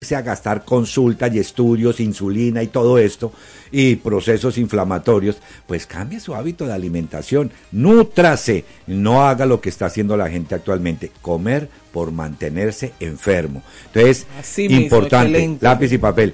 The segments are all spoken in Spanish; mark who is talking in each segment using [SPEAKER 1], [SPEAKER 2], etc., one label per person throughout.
[SPEAKER 1] a gastar consultas y estudios, insulina y todo esto, y procesos inflamatorios, pues cambie su hábito de alimentación, nútrase, no haga lo que está haciendo la gente actualmente, comer por mantenerse enfermo. Entonces, así importante, mismo, excelente. Lápiz y papel.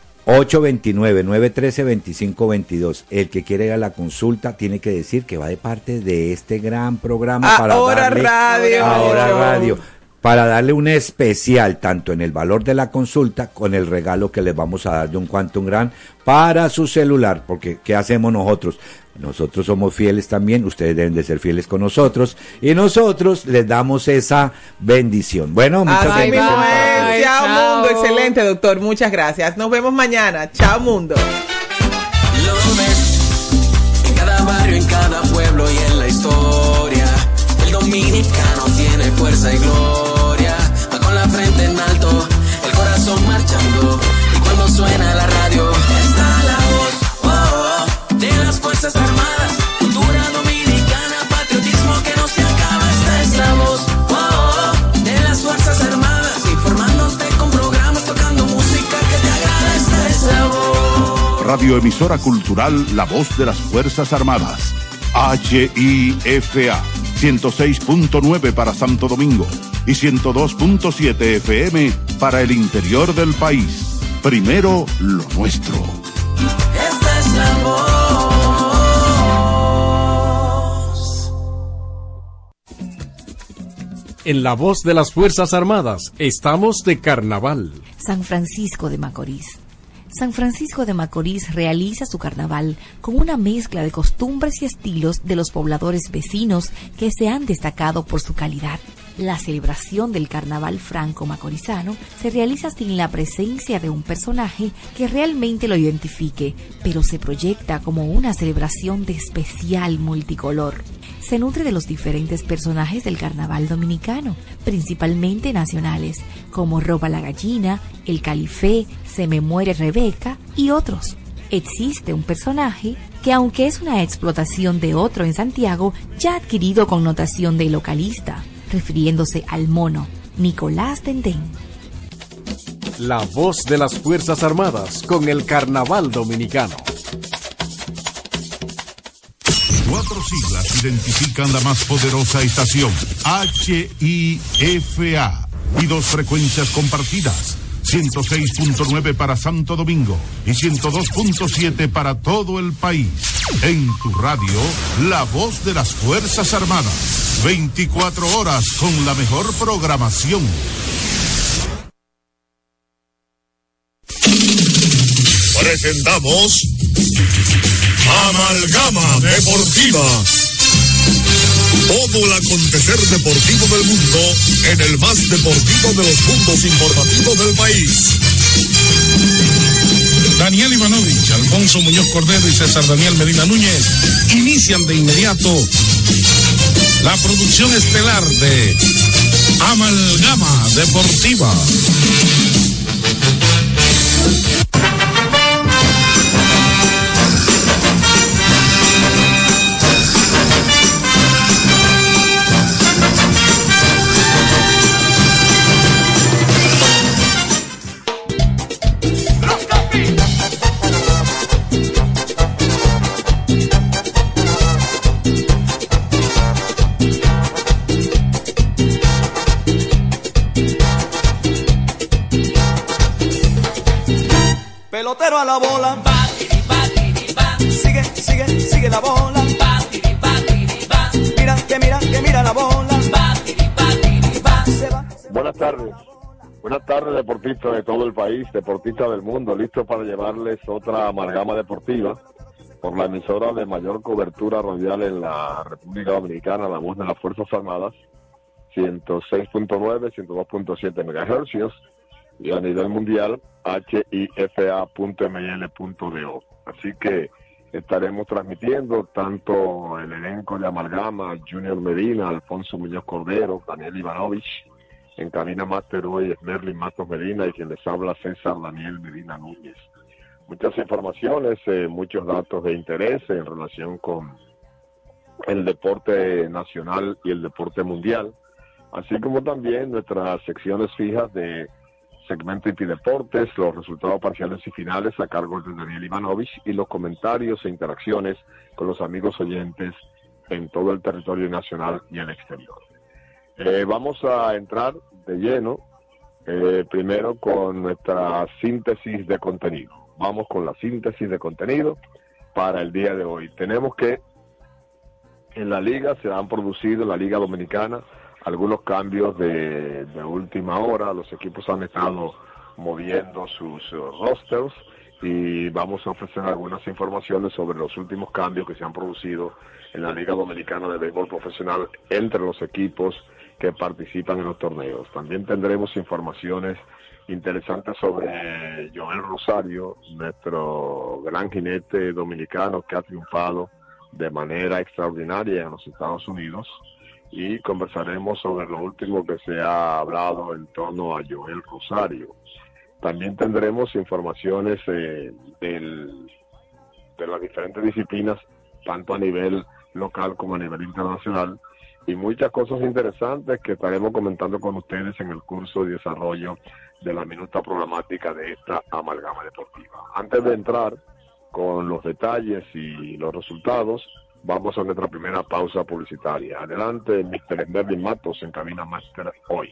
[SPEAKER 1] 829-913-2522. El que quiere ir a la consulta tiene que decir que va de parte de este gran programa
[SPEAKER 2] Ahora Radio,
[SPEAKER 1] para darle un especial tanto en el valor de la consulta con el regalo que les vamos a dar de un Quantum Gran para su celular, porque ¿qué hacemos nosotros? Nosotros somos fieles también, ustedes deben de ser fieles con nosotros y nosotros les damos esa bendición. Bueno, muchas gracias.
[SPEAKER 2] Chao mundo, excelente doctor, muchas gracias. Nos vemos mañana. Chao mundo.
[SPEAKER 3] Lo ves en cada barrio, en cada pueblo y en la historia. El dominicano tiene fuerza y gloria. Va con la frente en alto, el corazón marchando. Y cuando suena la radio, está la voz de las Fuerzas Armadas. Cultura dominicana, patriotismo que no se acaba. Esta es la voz de las Fuerzas Armadas. Informándote con programas, tocando música que te agrada. Esta es la voz.
[SPEAKER 4] Radioemisora cultural La Voz de las Fuerzas Armadas. HIFA 106.9 para Santo Domingo y 102.7 FM para el interior del país. Primero lo nuestro.
[SPEAKER 3] Esta es la voz.
[SPEAKER 5] En La Voz de las Fuerzas Armadas estamos de carnaval.
[SPEAKER 6] San Francisco de Macorís. San Francisco de Macorís realiza su carnaval con una mezcla de costumbres y estilos de los pobladores vecinos que se han destacado por su calidad. La celebración del carnaval franco-macorizano se realiza sin la presencia de un personaje que realmente lo identifique, pero se proyecta como una celebración de especial multicolor. Se nutre de los diferentes personajes del carnaval dominicano, principalmente nacionales, como Roba la Gallina, El Califé, Se me muere Rebeca y otros. Existe un personaje que, aunque es una explotación de otro en Santiago, ya ha adquirido connotación de localista, refiriéndose al mono, Nicolás Dendén.
[SPEAKER 5] La Voz de las Fuerzas Armadas con el carnaval dominicano.
[SPEAKER 4] 4 siglas identifican la más poderosa estación, HIFA, y 2 frecuencias compartidas, 106.9 para Santo Domingo y 102.7 para todo el país. En tu radio, La Voz de las Fuerzas Armadas, 24 horas con la mejor programación.
[SPEAKER 7] Presentamos Amalgama Deportiva. Todo el acontecer deportivo del mundo en el más deportivo de los puntos informativos del país.
[SPEAKER 8] Daniel Ivanovich, Alfonso Muñoz Cordero y César Daniel Medina Núñez inician de inmediato la producción estelar de Amalgama Deportiva.
[SPEAKER 9] Pelotero a la bola, sigue la bola, mira la bola.
[SPEAKER 10] Buenas tardes deportistas de todo el país, deportistas del mundo, listos para llevarles otra amalgama deportiva por la emisora de mayor cobertura radial en la República Dominicana, La Voz de las Fuerzas Armadas, 106.9, 102.7 MHz, y a nivel mundial, hifa.ml.do. Así que estaremos transmitiendo tanto el elenco de Amalgama, Junior Medina, Alfonso Muñoz Cordero, Daniel Ivanovich, en cabina máster hoy es Merlin Matos Medina y quien les habla César Daniel Medina Núñez. Muchas informaciones, muchos datos de interés en relación con el deporte nacional y el deporte mundial, así como también nuestras secciones fijas de segmento IP Deportes, los resultados parciales y finales a cargo de Daniel Ivanovich y los comentarios e interacciones con los amigos oyentes en todo el territorio nacional y el exterior. Vamos a entrar de lleno primero con nuestra síntesis de contenido. Vamos con la síntesis de contenido para el día de hoy. Tenemos que en la liga se han producido, en la Liga Dominicana, algunos cambios de última hora. Los equipos han estado moviendo sus rosters y vamos a ofrecer algunas informaciones sobre los últimos cambios que se han producido en la Liga Dominicana de Béisbol Profesional entre los equipos que participan en los torneos. También tendremos informaciones interesantes sobre Joel Rosario, nuestro gran jinete dominicano que ha triunfado de manera extraordinaria en los Estados Unidos, y conversaremos sobre lo último que se ha hablado en torno a Joel Rosario. También tendremos informaciones de las diferentes disciplinas, tanto a nivel local como a nivel internacional, y muchas cosas interesantes que estaremos comentando con ustedes en el curso de desarrollo de la minuta programática de esta amalgama deportiva. Antes de entrar con los detalles y los resultados, vamos a nuestra primera pausa publicitaria. Adelante, Mr. Mervin Matos en Cabina Master hoy.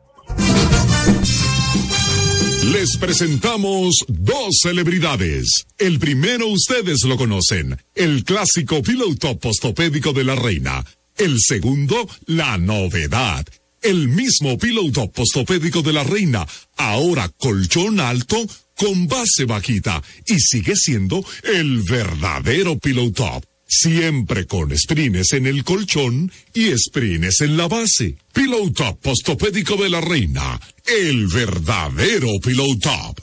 [SPEAKER 7] Les presentamos dos celebridades. El primero ustedes lo conocen, el clásico Pillow Top postopédico de la reina. El segundo, la novedad, el mismo Pillow Top postopédico de la reina, ahora colchón alto con base bajita, y sigue siendo el verdadero Pillow Top. Siempre con sprines en el colchón y sprines en la base. Pillow Top postopédico de la reina, el verdadero Pillow Top.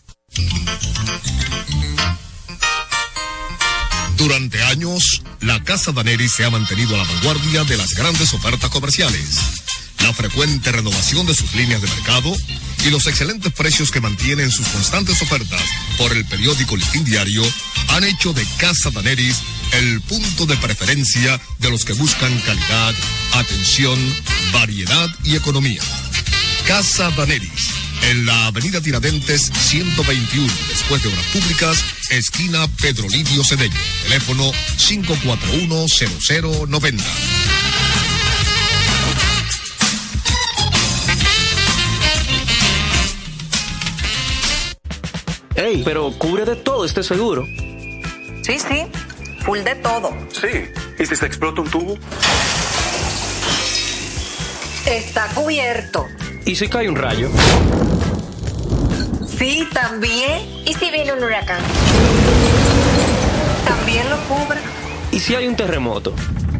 [SPEAKER 8] Durante años, la Casa Daneri se ha mantenido a la vanguardia de las grandes ofertas comerciales. La frecuente renovación de sus líneas de mercado y los excelentes precios que mantienen sus constantes ofertas por el periódico Listín Diario han hecho de Casa Daneris el punto de preferencia de los que buscan calidad, atención, variedad y economía. Casa Daneris, en la avenida Tiradentes 121, después de Obras Públicas, esquina Pedro Livio Cedeño. Teléfono 541-0090.
[SPEAKER 11] Ey, pero cubre de todo este seguro.
[SPEAKER 12] Sí, full de todo.
[SPEAKER 11] Sí, ¿y si se explota un tubo?
[SPEAKER 12] Está cubierto.
[SPEAKER 11] ¿Y si cae un rayo?
[SPEAKER 12] Sí, también.
[SPEAKER 13] ¿Y si viene un huracán?
[SPEAKER 12] También lo cubre.
[SPEAKER 11] ¿Y si hay un terremoto?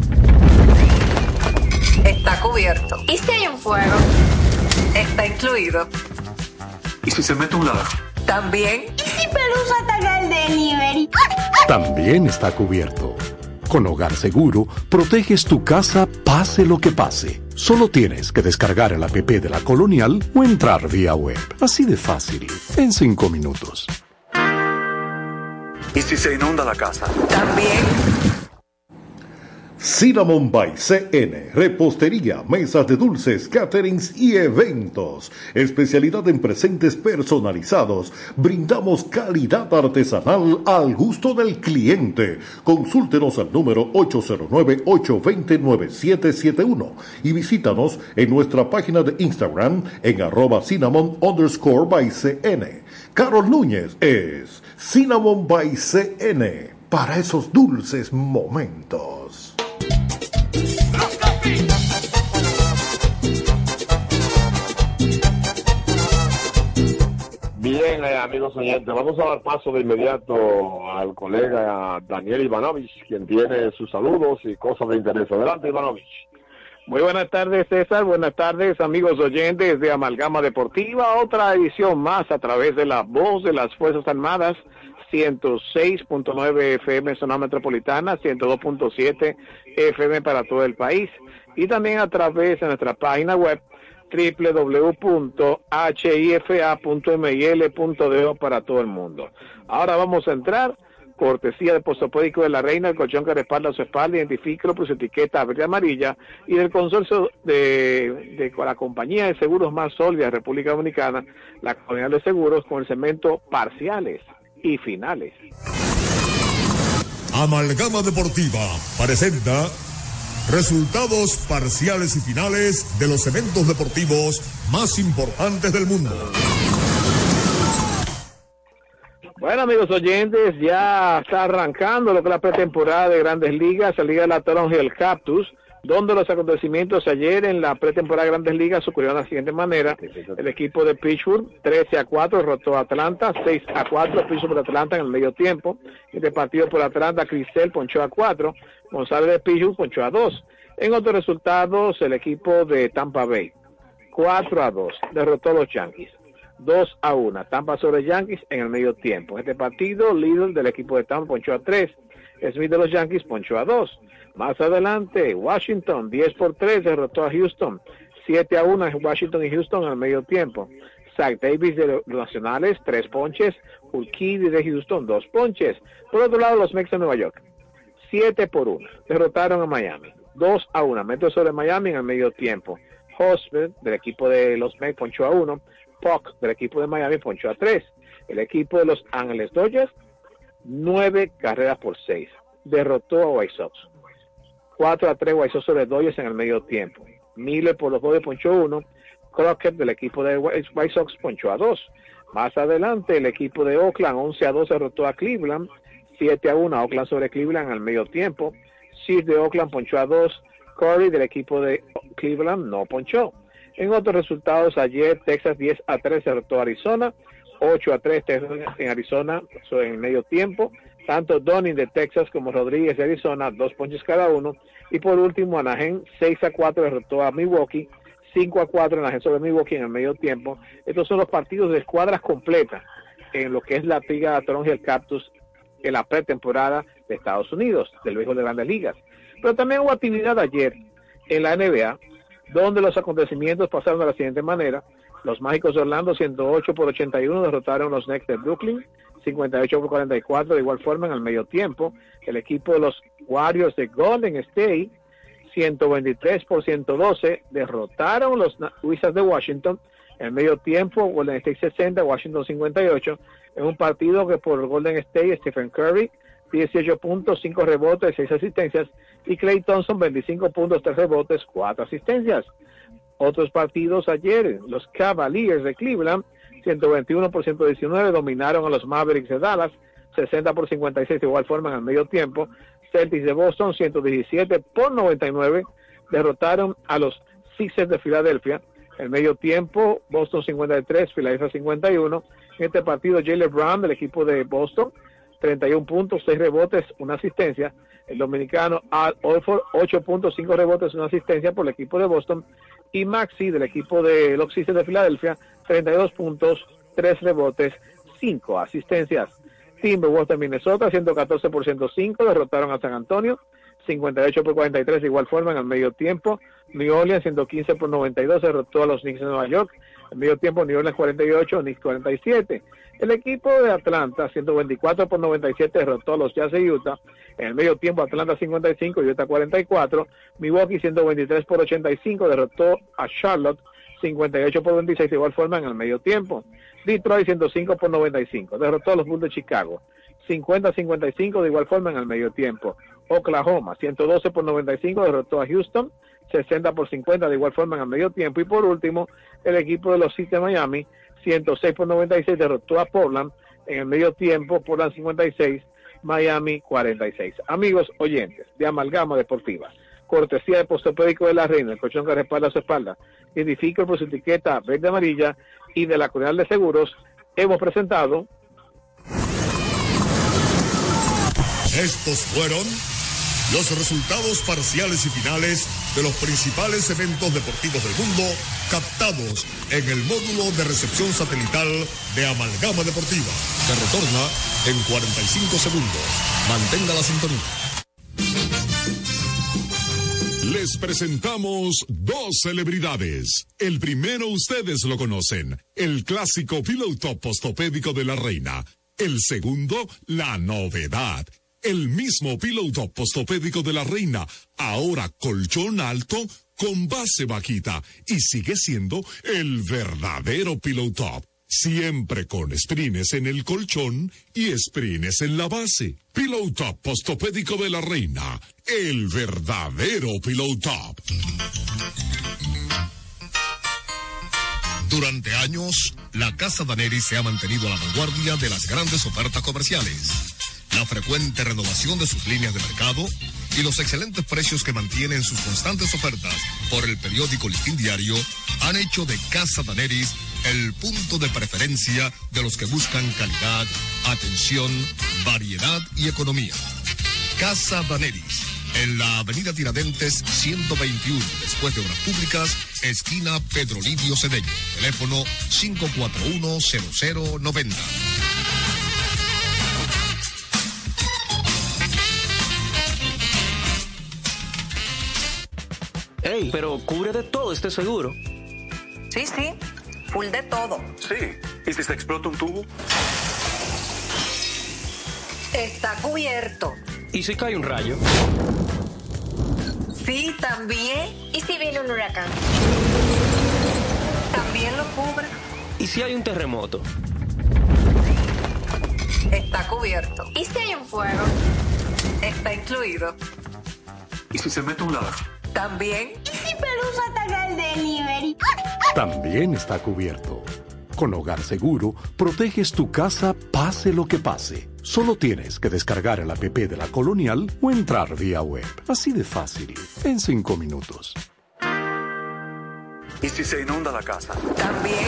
[SPEAKER 12] Está cubierto.
[SPEAKER 13] ¿Y si hay un fuego?
[SPEAKER 12] Está incluido.
[SPEAKER 11] ¿Y si se mete un ladrón?
[SPEAKER 12] También.
[SPEAKER 13] ¿Y si Pelusa ataca el delivery?
[SPEAKER 5] También está cubierto. Con Hogar Seguro, proteges tu casa pase lo que pase. Solo tienes que descargar el app de la Colonial o entrar vía web. Así de fácil, en 5 minutos.
[SPEAKER 11] ¿Y si se inunda la casa?
[SPEAKER 12] También.
[SPEAKER 14] Cinnamon by CN, repostería, mesas de dulces, caterings y eventos. Especialidad en presentes personalizados. Brindamos calidad artesanal al gusto del cliente. Consúltenos al número 809-820-9771 y visítanos en nuestra página de Instagram en @cinnamon_by-CN. Carol Núñez es Cinnamon by CN para esos dulces momentos.
[SPEAKER 10] Bien, amigos oyentes, vamos a dar paso de inmediato al colega Daniel Ivanovich, quien tiene sus saludos y cosas de interés. Adelante, Ivanovich.
[SPEAKER 15] Muy buenas tardes, César. Buenas tardes, amigos oyentes de Amalgama Deportiva. Otra edición más a través de la voz de las Fuerzas Armadas, 106.9 FM zona metropolitana, 102.7 FM para todo el país. Y también a través de nuestra página web www.hifa.mil.do para todo el mundo. Ahora vamos a entrar cortesía de Postopédico de la Reina, el colchón que respalda su espalda, identifíquelo por su etiqueta verde amarilla, y del consorcio de la compañía de seguros más sólida de República Dominicana, la Colonial de Seguros, con el segmento parciales y finales.
[SPEAKER 16] Amalgama Deportiva presenta resultados parciales y finales de los eventos deportivos más importantes del mundo.
[SPEAKER 15] Bueno, amigos oyentes, ya está arrancando lo que es la pretemporada de Grandes Ligas, la Liga de la Toronja y el Cactus, donde los acontecimientos ayer en la pretemporada de Grandes Ligas ocurrieron de la siguiente manera. El equipo de Pittsburgh 13-4 derrotó a Atlanta, 6-4 Pittsburgh por Atlanta en el medio tiempo. Este partido por Atlanta, Cristel ponchó a 4, González de Pittsburgh ponchó a 2. En otros resultados, el equipo de Tampa Bay 4-2 derrotó a los Yankees. 2-1, Tampa sobre Yankees en el medio tiempo. En este partido, Lidl del equipo de Tampa ponchó a 3, Smith de los Yankees ponchó a 2. Más adelante, Washington 10-3 derrotó a Houston, 7-1 Washington y Houston en el medio tiempo. Zach Davis de los Nacionales 3 ponches, Urquidy de Houston 2 ponches. Por otro lado, los Mets de Nueva York 7-1 derrotaron a Miami, 2-1 Mets sobre Miami en el medio tiempo. Hosmer del equipo de los Mets ponchó a 1, Puck del equipo de Miami ponchó a 3. El equipo de Los Ángeles Dodgers 9 carreras por 6 derrotó a White Sox, 4-3 White Sox sobre Dodgers en el medio tiempo. Miller por los Dodgers ponchó 1, Crockett del equipo de White Sox ponchó a 2. Más adelante el equipo de Oakland 11-2 derrotó a Cleveland, 7-1 Oakland sobre Cleveland en el medio tiempo. Sears de Oakland ponchó a 2, Corey del equipo de Cleveland no ponchó. En otros resultados, ayer Texas 10-3 derrotó a Arizona, 8-3 Texas en Arizona en el medio tiempo. Tanto Dunning de Texas como Rodríguez de Arizona, 2 ponches cada uno. Y por último, Anaheim 6-4 derrotó a Milwaukee, 5-4 Anaheim sobre Milwaukee en el medio tiempo. Estos son los partidos de escuadras completas en lo que es la Liga de Toronja y el Cactus en la pretemporada de Estados Unidos, del béisbol de Grandes Ligas. Pero también hubo actividad ayer en la NBA, donde los acontecimientos pasaron de la siguiente manera. Los Mágicos de Orlando 108-81 derrotaron a los Nets de Brooklyn, 58-44 de igual forma en el medio tiempo. El equipo de los Warriors de Golden State 123-112 derrotaron a los Wizards de Washington. En el medio tiempo, Golden State 60, Washington 58, en un partido que por Golden State, Stephen Curry 18 puntos, 5 rebotes, 6 asistencias, y Klay Thompson 25 puntos, 3 rebotes, 4 asistencias. Otros partidos ayer, los Cavaliers de Cleveland 121-119 dominaron a los Mavericks de Dallas, 60-56 de igual forma en el medio tiempo. Celtics de Boston 117-99 derrotaron a los Sixers de Filadelfia. En el medio tiempo, Boston 53, Filadelfia 51. En este partido, Jaylen Brown del equipo de Boston 31 puntos, 6 rebotes, 1 asistencia. El dominicano Al Horford 8 puntos, 5 rebotes, 1 asistencia por el equipo de Boston. Y Maxey del equipo de los Sixers de Filadelfia 32 puntos, 3 rebotes, 5 asistencias. Timberwolves de Minnesota 114-105 derrotaron a San Antonio, 58-43 de igual forma en el medio tiempo. New Orleans 115-92 derrotó a los Knicks de Nueva York. En medio tiempo, New Orleans 48, Knicks 47. El equipo de Atlanta 124-97 derrotó a los Jazz de Utah. En el medio tiempo, Atlanta 55, Utah 44. Milwaukee 123-85 derrotó a Charlotte, 58-26 de igual forma en el medio tiempo. Detroit 105-95 derrotó a los Bulls de Chicago, 50-55 de igual forma en el medio tiempo. Oklahoma 112-95 derrotó a Houston, 60-50 de igual forma en el medio tiempo. Y por último, el equipo de los Heat de Miami 106-96 derrotó a Portland en el medio tiempo. Portland 56, Miami 46. Amigos oyentes de Amalgama Deportiva, cortesía de Postopédico de la Reina, el colchón que respalda su espalda, identifica por su etiqueta verde amarilla, y de la Colonial de Seguros, hemos presentado.
[SPEAKER 16] Estos fueron los resultados parciales y finales de los principales eventos deportivos del mundo captados en el módulo de recepción satelital de Amalgama Deportiva, que retorna en 45 segundos. Mantenga la sintonía.
[SPEAKER 7] Les presentamos dos celebridades. El primero ustedes lo conocen, el clásico Pillow Top Postopédico de la Reina. El segundo, la novedad. El mismo Pillow Top Postopédico de la Reina, ahora colchón alto con base bajita, y sigue siendo el verdadero Pillow Top. Siempre con sprines en el colchón y sprines en la base. Pillow Top Postopédico de la Reina, el verdadero Pillow Top.
[SPEAKER 16] Durante años, la Casa Daneri se ha mantenido a la vanguardia de las grandes ofertas comerciales. La frecuente renovación de sus líneas de mercado y los excelentes precios que mantienen sus constantes ofertas por el periódico Listín Diario han hecho de Casa Daneris el punto de preferencia de los que buscan calidad, atención, variedad y economía. Casa Daneris, en la avenida Tiradentes 121, después de Obras Públicas, esquina Pedro Livio Cedeño. Teléfono 541-0090.
[SPEAKER 11] Ey, pero cubre de todo este seguro.
[SPEAKER 12] Sí, full de todo.
[SPEAKER 11] Sí, ¿y si se explota un tubo?
[SPEAKER 12] Está cubierto.
[SPEAKER 11] ¿Y si cae un rayo?
[SPEAKER 12] Sí, también.
[SPEAKER 13] ¿Y si viene un huracán?
[SPEAKER 12] También lo cubre.
[SPEAKER 11] ¿Y si hay un terremoto?
[SPEAKER 12] Está cubierto.
[SPEAKER 13] ¿Y si hay un fuego?
[SPEAKER 12] Está incluido.
[SPEAKER 11] ¿Y si se mete un ladrón?
[SPEAKER 12] También.
[SPEAKER 13] ¿Y si Pelusa ataca el delivery?
[SPEAKER 5] También está cubierto. Con Hogar Seguro, proteges tu casa pase lo que pase. Solo tienes que descargar el app de la Colonial o entrar vía web. Así de fácil, en 5 minutos.
[SPEAKER 11] ¿Y si se inunda la casa?
[SPEAKER 12] También.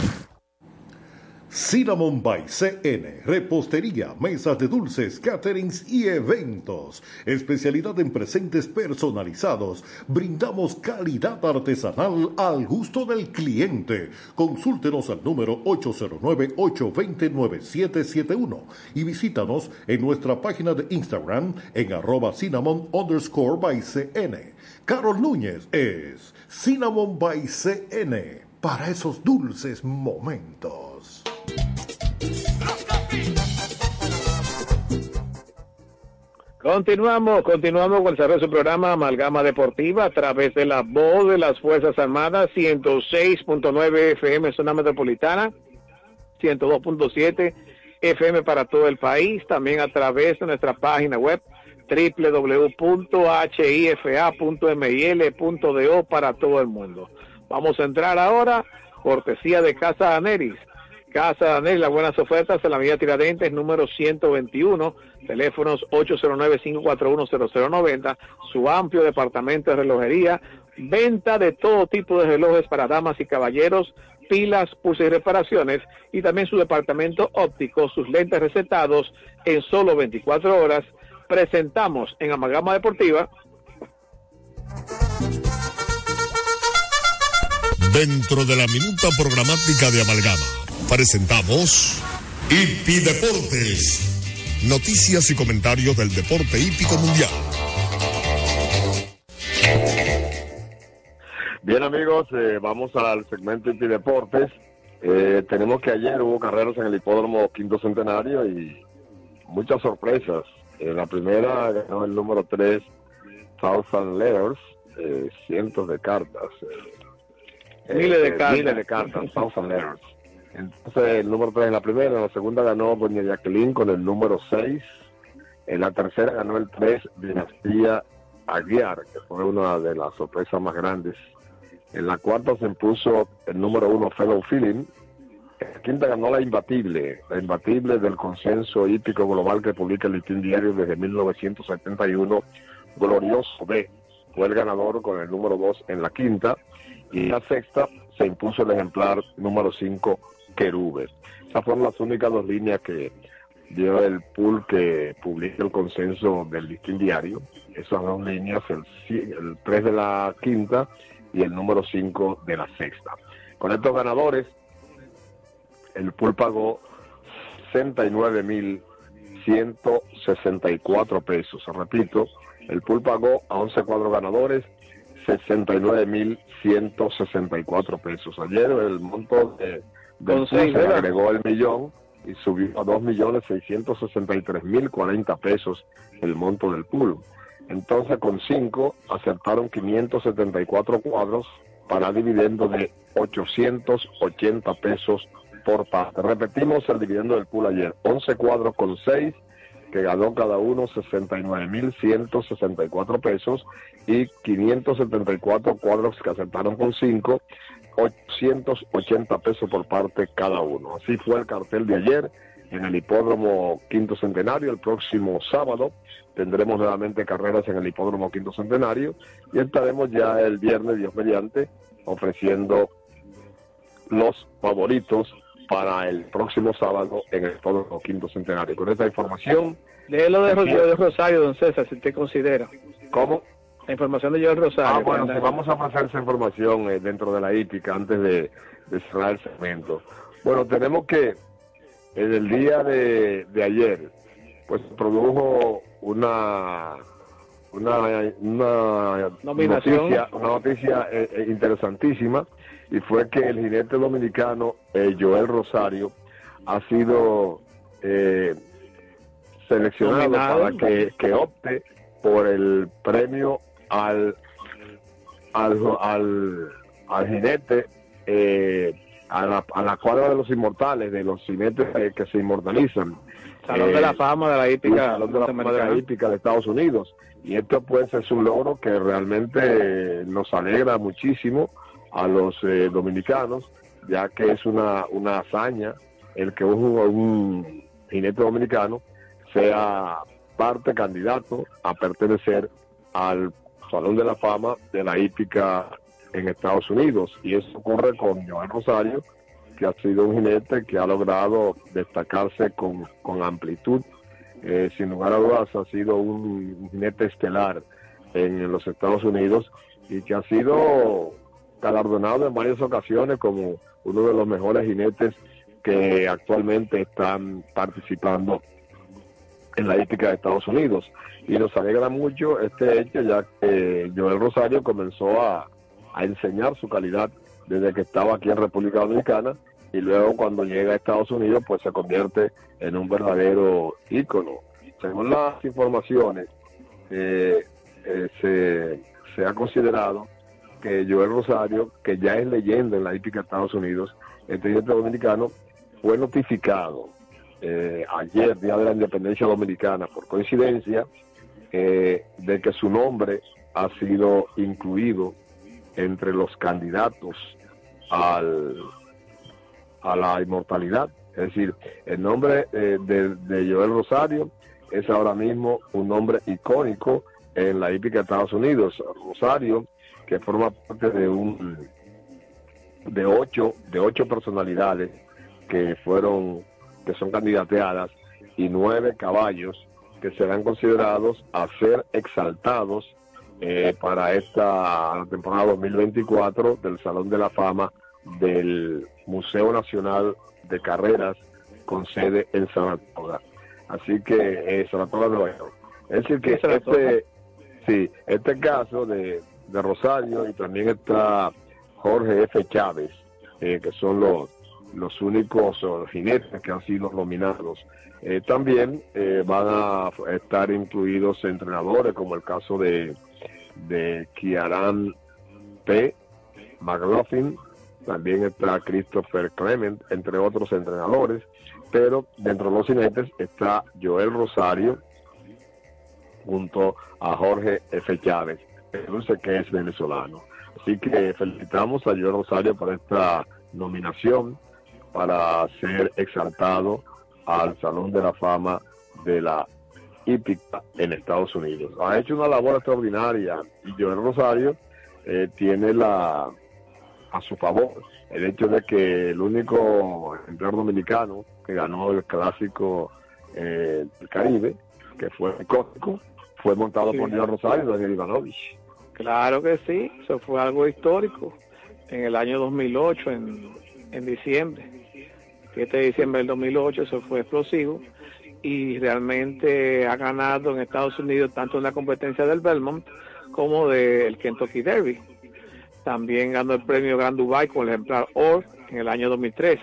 [SPEAKER 14] Cinnamon by CN, repostería, mesas de dulces, caterings y eventos. Especialidad en presentes personalizados. Brindamos calidad artesanal al gusto del cliente. Consúltenos al número 809-820-9771 y visítanos en nuestra página de Instagram en @cinnamon_by CN. Carol Núñez es Cinnamon by CN para esos dulces momentos.
[SPEAKER 15] Continuamos con el desarrollo de su programa Amalgama Deportiva a través de la voz de las Fuerzas Armadas, 106.9 FM zona metropolitana, 102.7 FM para todo el país, también a través de nuestra página web www.hifa.mil.do para todo el mundo. Vamos a entrar ahora, cortesía de Casa Daneris. Casa Daneris, las buenas ofertas en la avenida Tiradentes, número 121, teléfonos 809-541-0090, su amplio departamento de relojería, venta de todo tipo de relojes para damas y caballeros, pilas, pulses y reparaciones, y también su departamento óptico, sus lentes recetados en solo 24 horas. Presentamos en Amalgama Deportiva.
[SPEAKER 16] Dentro de la minuta programática de Amalgama, presentamos Hipi Deportes. Noticias y comentarios del deporte hípico mundial.
[SPEAKER 10] Bien, amigos, vamos al segmento Hipi Deportes. Tenemos que ayer hubo carreras en el hipódromo Quinto Centenario y muchas sorpresas. La primera ganó el número 3, Thousand Letters, cientos de cartas.
[SPEAKER 15] Miles de
[SPEAKER 10] cartas, Thousand Letters. Entonces, el número 3 en la primera, en la segunda ganó doña Jacqueline con el número 6. En la tercera ganó el 3, Dinastía Aguiar, que fue una de las sorpresas más grandes. En la cuarta se impuso el número 1, Fellow Feeling. En la quinta ganó la imbatible del consenso hípico global que publica el Listín Diario desde 1971, Glorioso B. Fue el ganador con el número 2 en la quinta. Y en la sexta se impuso el ejemplar número 5, Querube. Esas fueron las únicas dos líneas que dio el pool que publica el consenso del Listín Diario. Esas dos líneas, el 3 de la quinta y el número 5 de la sexta. Con estos ganadores, el pool pagó 69.164 pesos. Repito, el pool pagó a 11 cuadros ganadores 69.164 pesos. Ayer el monto del pool se agregó el millón y subió a 2.663.040 pesos el monto del pool. Entonces con 5 acertaron 574 cuadros para dividendo de 880 pesos por parte. Repetimos el dividendo del pool ayer, 11 cuadros con 6, que ganó cada uno 69.164 pesos, y 574 cuadros que aceptaron con 5, 880 pesos por parte cada uno. Así fue el cartel de ayer en el Hipódromo Quinto Centenario. El próximo sábado tendremos nuevamente carreras en el Hipódromo Quinto Centenario y estaremos ya el viernes, Dios mediante, ofreciendo los favoritos para el próximo sábado en el Hipódromo Quinto Centenario. Con esta información...
[SPEAKER 15] Léelo de Rosario, don César, si usted considera.
[SPEAKER 10] ¿Cómo?
[SPEAKER 15] La información de Joel Rosario.
[SPEAKER 10] Bueno, si vamos a ofrecer esa información dentro de la hípica antes de cerrar el segmento. Bueno, tenemos que en el día de ayer, pues produjo una noticia interesantísima, y fue que el jinete dominicano Joel Rosario ha sido seleccionado para que opte por el premio al jinete a la cuadra de los inmortales, de los jinetes que se inmortalizan.
[SPEAKER 15] Salón de la fama de la hípica.
[SPEAKER 10] Salón de la fama de la hípica de Estados Unidos. Y esto pues es un logro que realmente nos alegra muchísimo a los dominicanos, ya que es una hazaña el que un jinete dominicano sea candidato a pertenecer al Salón de la Fama de la hípica en Estados Unidos. Y eso ocurre con Joel Rosario, que ha sido un jinete que ha logrado destacarse con amplitud. Sin lugar a dudas ha sido un jinete estelar en los Estados Unidos, y que ha sido galardonado en varias ocasiones como uno de los mejores jinetes que actualmente están participando en la hípica de Estados Unidos. Y nos alegra mucho este hecho, ya que Joel Rosario comenzó a enseñar su calidad desde que estaba aquí en República Dominicana, y luego cuando llega a Estados Unidos pues se convierte en un verdadero ícono. Según las informaciones, se ha considerado que Joel Rosario, que ya es leyenda en la hípica de Estados Unidos, este jinete dominicano, fue notificado ayer, Día de la Independencia Dominicana, por coincidencia, de que su nombre ha sido incluido entre los candidatos a la inmortalidad. Es decir, el nombre de Joel Rosario es ahora mismo un nombre icónico en la hípica de Estados Unidos. Rosario, que forma parte de ocho personalidades que son candidateadas, y 9 caballos que serán considerados a ser exaltados para esta temporada 2024 del Salón de la Fama del Museo Nacional de Carreras, con sede en Saratoga. Así que Saratoga, Nueva York. Es decir que este caso de Rosario, y también está Jorge F. Chávez, que son los únicos jinetes que han sido nominados. También van a estar incluidos entrenadores, como el caso de Kiaran P. McLaughlin, también está Christopher Clement, entre otros entrenadores, pero dentro de los jinetes está Joel Rosario junto a Jorge F. Chávez, que es venezolano. Así que felicitamos a Joel Rosario por esta nominación para ser exaltado al Salón de la Fama de la hípica en Estados Unidos. Ha hecho una labor extraordinaria, y Joel Rosario tiene a su favor el hecho de que el único ejemplar dominicano que ganó el clásico del Caribe, que fue icónico, fue montado por Joel Rosario, Daniel Ivanovich.
[SPEAKER 15] Claro que sí, eso fue algo histórico en el año 2008, en diciembre. 7 de diciembre del 2008, eso fue explosivo, y realmente ha ganado en Estados Unidos tanto en la competencia del Belmont como del Kentucky Derby. También ganó el premio Grand Dubai con el ejemplar Or en el año 2013.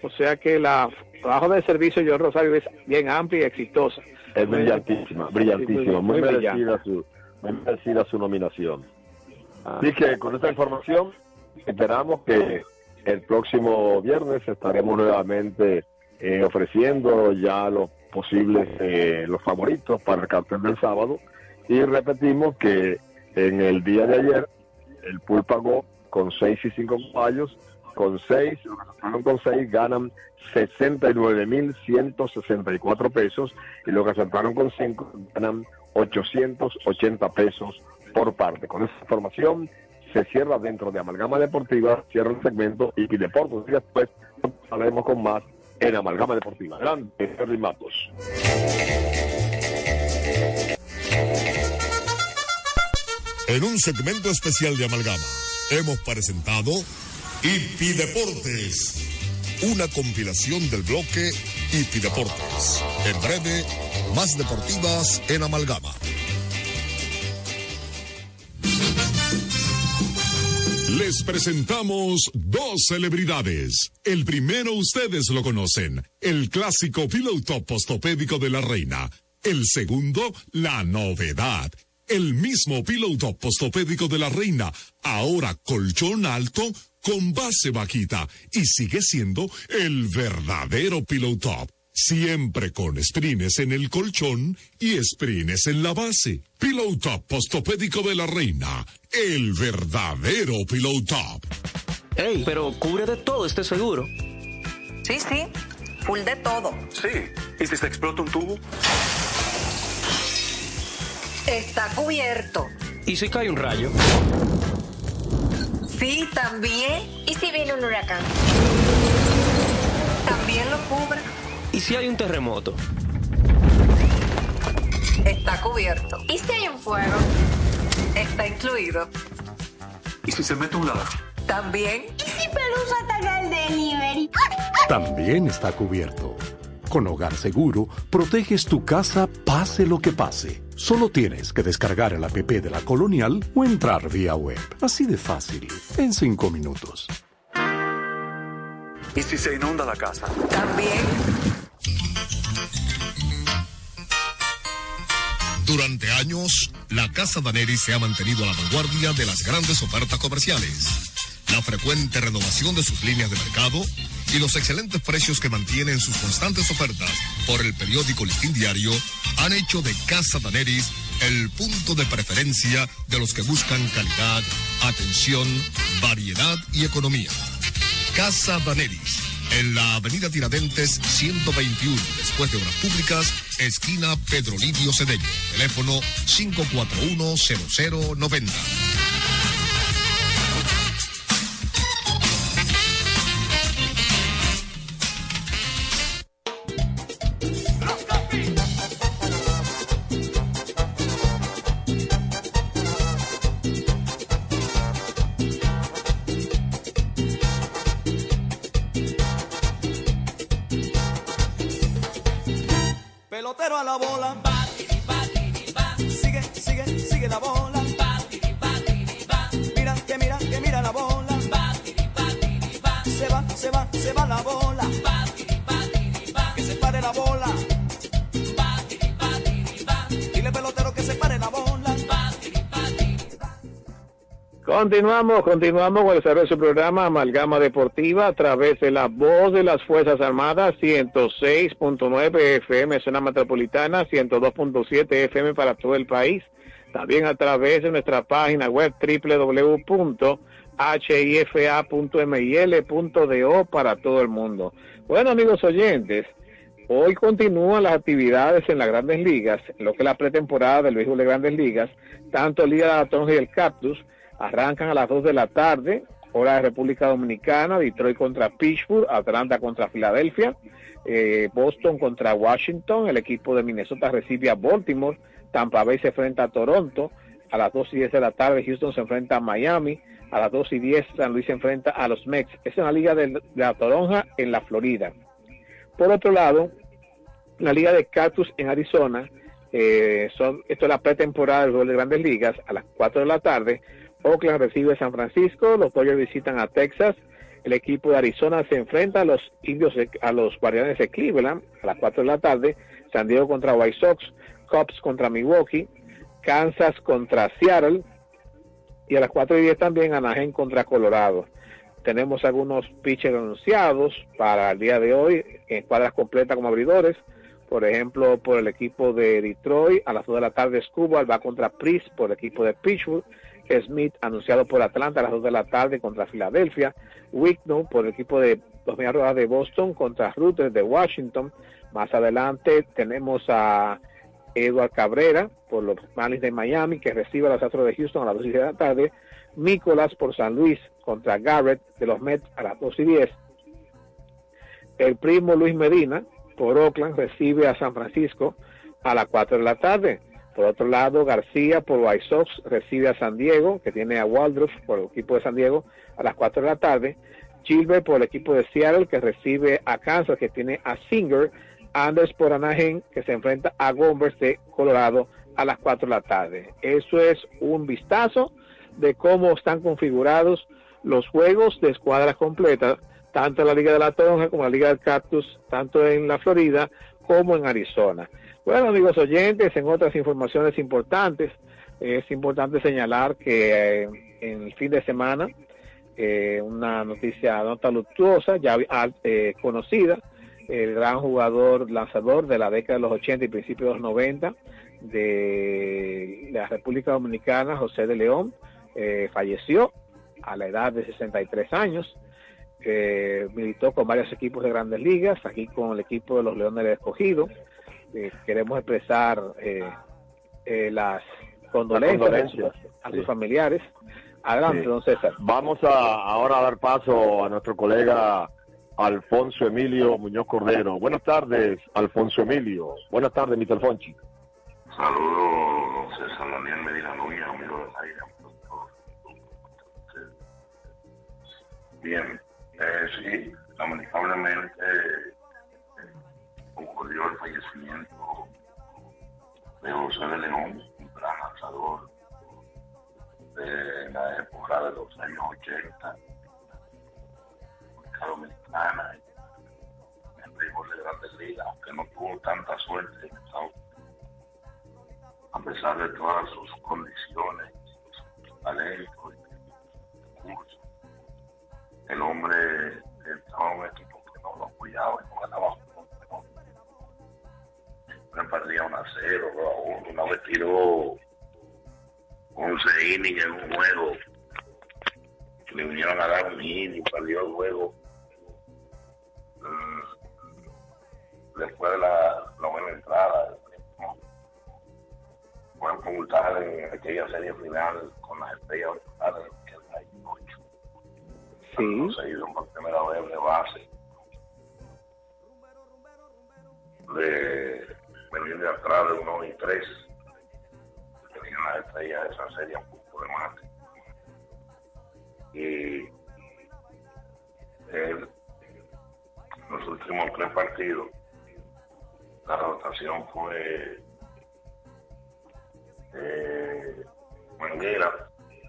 [SPEAKER 15] O sea que la trabajo de servicio de John Rosario es bien amplia y exitosa.
[SPEAKER 10] Es brillantísima, brillantísima, muy merecida su nominación. Así que con esta información esperamos que el próximo viernes estaremos nuevamente ofreciendo ya los posibles, los favoritos para el cartel del sábado, y repetimos que en el día de ayer el pool pagó con 6 y 5 caballos, con 6, los que saltaron con 6 ganan 69.164 pesos, y los que saltaron con 5 ganan 880 pesos por parte. Con esa información se cierra dentro de Amalgama Deportiva, cierra el segmento y Deportes, y después hablaremos con más en Amalgama Deportiva. Grande, Henry Matos.
[SPEAKER 16] En un segmento especial de Amalgama, hemos presentado Hipi Deportes, una compilación del bloque Hipi Deportes. En breve, más deportivas en Amalgama.
[SPEAKER 7] Les presentamos dos celebridades. El primero ustedes lo conocen, el clásico Pillow Top postopédico de la reina. El segundo, la novedad, el mismo Pillow Top postopédico de la reina, ahora colchón alto con base bajita, y sigue siendo el verdadero Pillow Top. Siempre con sprines en el colchón y sprines en la base. Pillow Top postopédico de la reina, el verdadero Pillow Top.
[SPEAKER 11] Ey, pero cubre de todo este seguro.
[SPEAKER 12] Sí, full de todo.
[SPEAKER 11] Sí, ¿y si se explota un tubo?
[SPEAKER 12] Está cubierto.
[SPEAKER 11] ¿Y si cae un rayo?
[SPEAKER 12] Sí, también.
[SPEAKER 13] ¿Y si viene un huracán?
[SPEAKER 12] También lo cubre.
[SPEAKER 11] ¿Y si hay un terremoto?
[SPEAKER 12] Está cubierto.
[SPEAKER 13] ¿Y si hay un fuego?
[SPEAKER 12] Está incluido.
[SPEAKER 11] ¿Y si se mete un ladrón?
[SPEAKER 12] También.
[SPEAKER 13] ¿Y si Pelusa ataca el delivery?
[SPEAKER 5] También está cubierto. Con Hogar Seguro, proteges tu casa pase lo que pase. Solo tienes que descargar el app de la Colonial o entrar vía web. Así de fácil, en 5 minutos.
[SPEAKER 11] ¿Y si se inunda la casa?
[SPEAKER 12] También.
[SPEAKER 16] Durante años, la Casa Daneri se ha mantenido a la vanguardia de las grandes ofertas comerciales. La frecuente renovación de sus líneas de mercado y los excelentes precios que mantienen sus constantes ofertas por el periódico Listín Diario han hecho de Casa Daneris el punto de preferencia de los que buscan calidad, atención, variedad y economía. Casa Daneris, en la avenida Tiradentes 121, después de Obras Públicas, esquina Pedro Livio Cedeño. Teléfono 541-0090.
[SPEAKER 9] Pelotero a la bola, sigue la bola, mira la bola, se va la bola, que se pare la bola, dile pelotero que se pare la bola.
[SPEAKER 15] Continuamos con el servicio programa Amalgama Deportiva a través de la voz de las Fuerzas Armadas, 106.9 FM zona metropolitana, 102.7 FM para todo el país. También a través de nuestra página web www.hifa.mil.do para todo el mundo. Bueno, amigos oyentes, hoy continúan las actividades en las Grandes Ligas, en lo que es la pretemporada del béisbol de Grandes Ligas, tanto Liga de la Toronja y el Cactus. Arrancan a las 2 de la tarde, hora de República Dominicana, Detroit contra Pittsburgh, Atlanta contra Filadelfia, Boston contra Washington, el equipo de Minnesota recibe a Baltimore, Tampa Bay se enfrenta a Toronto, a las 2:10 de la tarde Houston se enfrenta a Miami, a las 2:10 San Luis se enfrenta a los Mets. Esa es una liga de la Toronja en la Florida. Por otro lado, la liga de Cactus en Arizona, esto es la pretemporada del béisbol de Grandes Ligas, a las 4 de la tarde, Oakland recibe a San Francisco, los Dodgers visitan a Texas, El equipo de Arizona se enfrenta a los Guardianes de Cleveland a las 4 de la tarde. San Diego contra White Sox, Cubs contra Milwaukee, Kansas contra Seattle y a las 4:10 también Anaheim contra Colorado. Tenemos algunos pitchers anunciados para el día de hoy en cuadras completas como abridores. Por ejemplo, por el equipo de Detroit, a las 2 de la tarde Escobar va contra Priest por el equipo de Pittsburgh. Smith anunciado por Atlanta a las 2 de la tarde contra Filadelfia. Wicknow por el equipo de los Medias Rojas de Boston contra Rutgers de Washington. Más adelante tenemos a Edward Cabrera por los Marlins de Miami, que recibe a los Astros de Houston a las 2:10 de la tarde. Nicolás por San Luis contra Garrett de los Mets a las 2:10. El primo Luis Medina por Oakland recibe a San Francisco a las 4 de la tarde. Por otro lado, García por White Sox recibe a San Diego, que tiene a Waldrop por el equipo de San Diego a las 4 de la tarde. Gilbert por el equipo de Seattle, que recibe a Kansas, que tiene a Singer. Anders por Anaheim, que se enfrenta a Gombers de Colorado a las 4 de la tarde. Eso es un vistazo de cómo están configurados los juegos de escuadras completas, tanto en la Liga de la Toronja como en la Liga del Cactus, tanto en la Florida como en Arizona. Bueno, amigos oyentes, en otras informaciones importantes, es importante señalar que en el fin de semana, una noticia no tan luctuosa, ya conocida, el gran jugador lanzador de la década de los 80 y principios de los 90 de la República Dominicana, José de León, falleció a la edad de 63 años. Militó con varios equipos de Grandes Ligas, aquí con el equipo de los Leones del Escogido. Queremos expresar las condolencias a sus familiares. Adelante, don César.
[SPEAKER 10] Vamos ahora a dar paso a nuestro colega Alfonso Emilio Muñoz Cordero. Buenas tardes, Alfonso Emilio. Buenas tardes, Mr. Fonchi.
[SPEAKER 17] Saludos, César Daniel Medina Núñez, amigo del aire. Bien, sí, lamentablemente ocurrió el fallecimiento de José de León, un gran lanzador de la época de los años 80, República Dominicana, en béisbol de Grandes Ligas, aunque no tuvo tanta suerte en Estados Unidos, a pesar de todas sus condiciones, sus talentos y recursos. El hombre estaba en un equipo que no lo apoyaba y no ganaba juntos. Siempre perdía 1-0, 2-1. Una vez tiró 11 innings en un juego. Le vinieron a dar un inning, perdió el juego. Después de la novena entrada, fue un puntaje en aquella serie final con las Estrellas Orientales que hay 8. Sí. Se ido por primera vez de base. De venir de atrás de 1-3. Tenían las Estrellas de esa serie un poco de mate. Y los últimos 3 partidos, la rotación fue Manguera,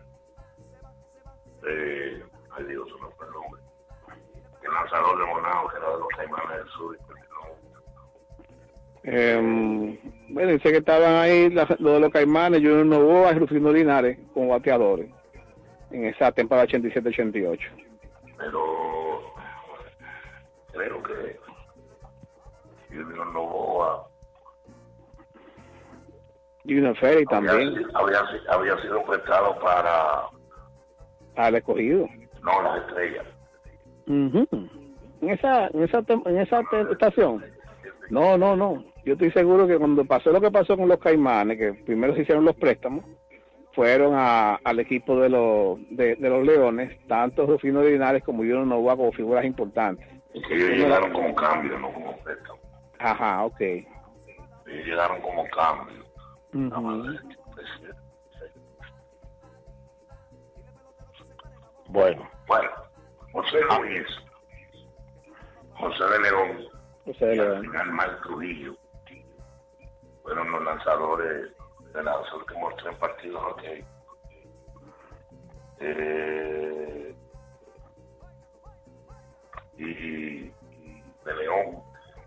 [SPEAKER 17] ay Dios, no fue el nombre, el lanzador de Monao, que era de los Caimanes del Sur.
[SPEAKER 15] Bueno, dice que estaban ahí lo de los Caimanes, Junior Novoa y Rufino Linares como bateadores en esa temporada 87-88.
[SPEAKER 17] Pero creo que Junior Novoa,
[SPEAKER 15] Junior Ferry también
[SPEAKER 17] había sido prestado para
[SPEAKER 15] al Escogido.
[SPEAKER 17] No, las Estrellas.
[SPEAKER 15] En esa estación. No. Yo estoy seguro que cuando pasó lo que pasó con los Caimanes, que primero se hicieron los préstamos, fueron al equipo de los Leones, tanto Rufino Linares como Junior Novoa como figuras importantes.
[SPEAKER 17] Ellos llegaron como cambio, no como préstamo.
[SPEAKER 15] Ajá, ok.
[SPEAKER 17] Ellos llegaron como cambio.
[SPEAKER 10] Bueno,
[SPEAKER 17] José Luis, José de León, y al final Mike Trujillo fueron los lanzadores de los últimos 3 partidos. y de León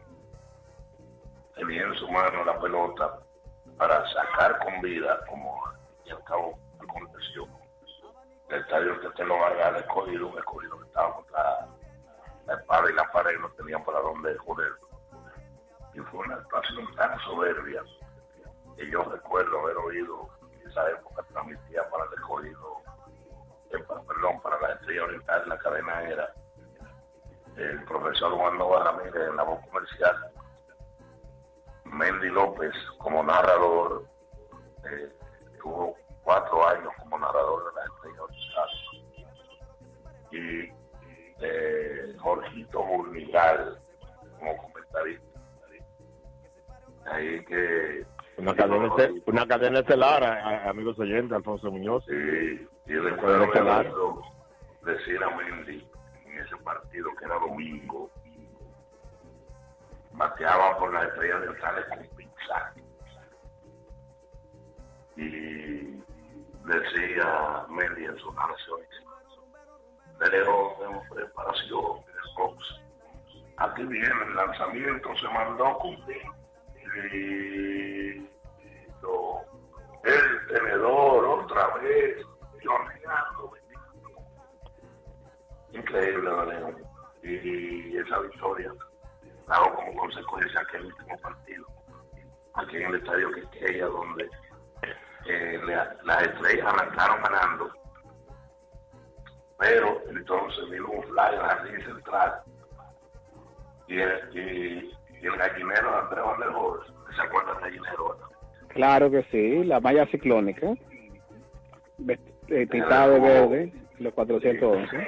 [SPEAKER 17] tenía en su mano la pelota para sacar con vida, como y al cabo aconteció. El estadio que te lo haga el escogido, un escogido que estaba contra la espada y la pared, no tenían para dónde joder. Y fue una actuación tan soberbia que yo recuerdo haber oído en esa época, transmitía para el escogido, para la Estrella Oriental, la cadena era el profesor Juan Nova Ramírez en la voz comercial, Mendy López como narrador, tuvo 4 años como narrador de la Estrella Oriental, y Jorgito Burnigal como comentarista. Ahí que
[SPEAKER 18] una cadena estelar, amigos oyentes, Alfonso Muñoz.
[SPEAKER 17] Sí, y recuerdo haber oído decir a Mendy en ese partido que era domingo, bateaba por las Estrellas Orientales con pizza. Y decía Mendy en su narración, de lejos de preparación del box. Aquí viene el lanzamiento, se mandó cumplir. Y el tenedor otra vez, jorneando, increíble, León. Y esa victoria trajo como consecuencia aquel último partido, aquí en el estadio Quisqueya, donde las Estrellas arrancaron ganando, pero entonces vino un fly en la jardín central y el gallinero de Andrés Van der Horst, ¿se acuerdan del gallinero?
[SPEAKER 15] Claro que sí, la malla ciclónica, pintada de verde, los 411.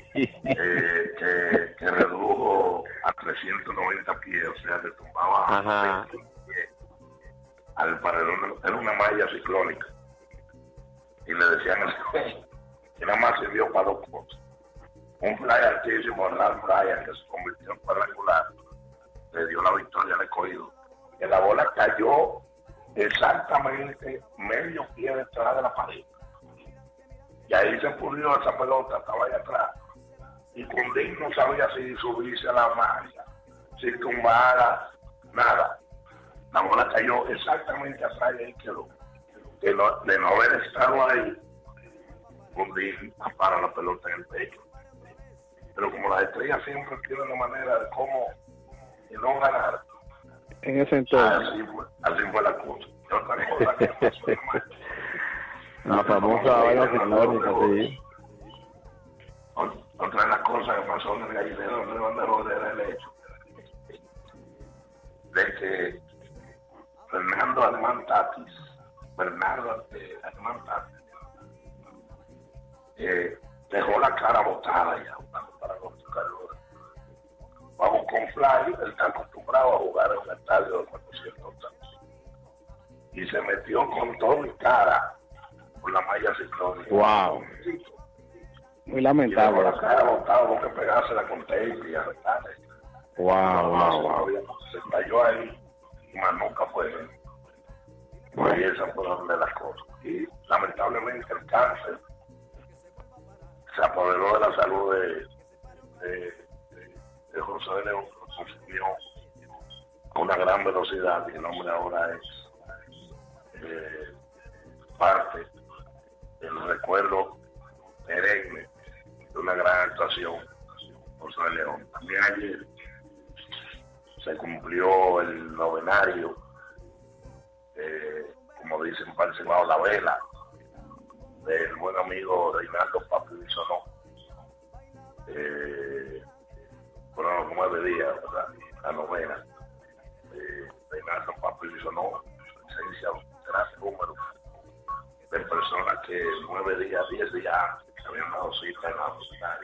[SPEAKER 17] Que redujo a 390 pies, o sea, le tumbaba 20 pies al paredón. Era una malla ciclónica. Y le decían que nada más sirvió para 2 cosas. Un fly altísimo, Ralph Bryan, que se convirtió en cuadrangular, le dio la victoria al escogido. Que la bola cayó exactamente medio pie detrás de la pared. Y ahí se pulió esa pelota, estaba ahí atrás. Y Cundín no sabía si subirse a la malla, si tumbara, nada. La bola cayó exactamente atrás y ahí quedó. De no haber estado ahí, Cundín para la pelota en el pecho. Pero como las Estrellas siempre tienen una manera de cómo no ganar,
[SPEAKER 15] en ese entonces.
[SPEAKER 17] Así fue la cosa. Y otra cosa que pasó,
[SPEAKER 18] la famosa vaina ciclónica, sí.
[SPEAKER 17] Otra de las cosas que pasó en el gallinero de Van der Horst era el hecho de que Bernardo Alemán Tatis dejó la cara botada ya jugando para los jugadores. Vamos con Fly, él está acostumbrado a jugar en un estadio de 400 años. Y se metió con todo y cara por la malla ciclónica.
[SPEAKER 18] Wow.
[SPEAKER 15] Muy lamentable.
[SPEAKER 17] Y la cara botada, porque pegársela con tape y arreglarle.
[SPEAKER 18] Wow.
[SPEAKER 17] Se cayó ahí y más nunca fue. Pues esas fueron de las cosas. Y lamentablemente el cáncer se apoderó de la salud de José de León, lo consumió a una gran velocidad y el hombre ahora es parte del recuerdo perenne de una gran actuación José de León. También ayer se cumplió el novenario, como dicen, parece bajo la vela del buen amigo Reinaldo Papi Bisonó. Fueron 9 días, ¿verdad? La novena. Reinaldo Papi Bisonó, su presencia, un gran número de personas que 9 días, 10 días antes habían dado cita en la hospital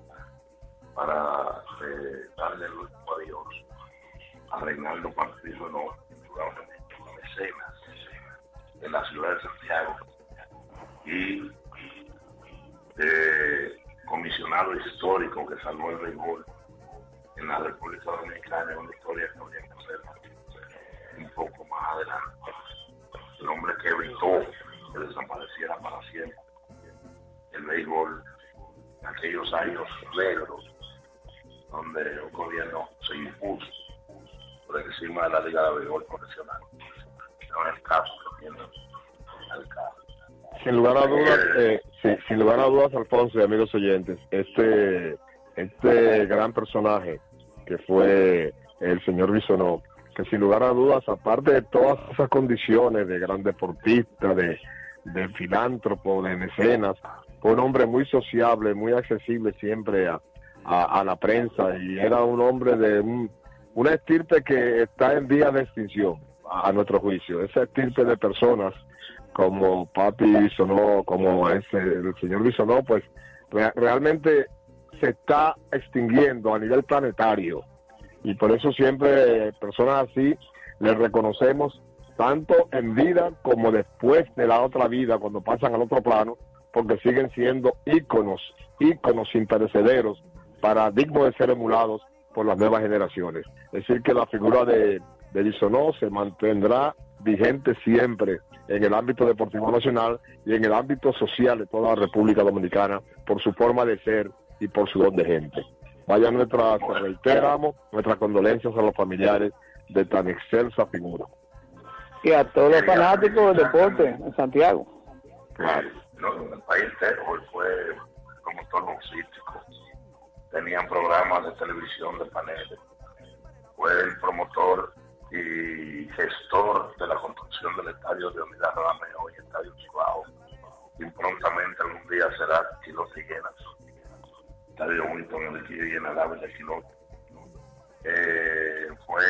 [SPEAKER 17] para darle el último adiós a Reinaldo Papi Bisonó, probablemente una mecenas de la ciudad de Santiago y comisionado histórico que salvó el béisbol en la República Dominicana, una historia que habría que hacer un poco más adelante. El hombre que evitó que desapareciera para siempre el béisbol en aquellos años negros, donde donde el gobierno se impuso por encima de la Liga de Béisbol Profesional. No es el caso que tiene el caso.
[SPEAKER 18] Sin lugar a dudas, sin lugar a dudas, Alfonso y amigos oyentes, este gran personaje que fue el señor Bisonó, que sin lugar a dudas, aparte de todas esas condiciones de gran deportista, de filántropo, de mecenas, fue un hombre muy sociable, muy accesible siempre a la prensa, y era un hombre de una estirpe que está en vía de extinción, a nuestro juicio. Esa estirpe de personas como Papi Bisonó, como el señor Bisonó, pues realmente se está extinguiendo a nivel planetario, y por eso siempre personas así les reconocemos tanto en vida como después de la otra vida, cuando pasan al otro plano, porque siguen siendo íconos imperecederos, dignos de ser emulados por las nuevas generaciones. Es decir, que la figura de Bisonó se mantendrá vigente siempre en el ámbito deportivo nacional y en el ámbito social de toda la República Dominicana, por su forma de ser y por su don de gente. Reiteramos nuestras condolencias a los familiares de tan excelsa figura.
[SPEAKER 15] Y a todos los fanáticos del deporte en Santiago.
[SPEAKER 17] Claro, no, en el país entero. Él fue promotor boxístico, tenían programas de televisión de paneles, fue el promotor y gestor de la construcción del estadio de Unidad Rameo y estadio Chihuahua, y prontamente algún día será Quilote Llenas, estadio único en el que llena el ave de Quilote. Fue,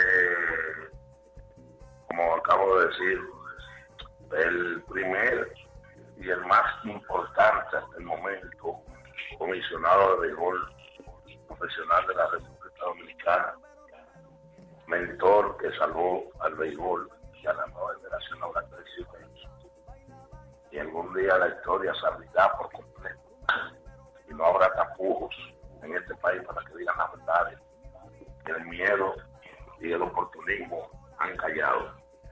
[SPEAKER 17] como acabo de decir, el primer y el más importante hasta el momento comisionado de béisbol profesional de la República Dominicana, mentor que salvó al béisbol y a la nueva generación ahora creciente. Y algún día la historia se abrirá por completo y no habrá tapujos en este país para que digan las verdades. El miedo y el oportunismo han callado.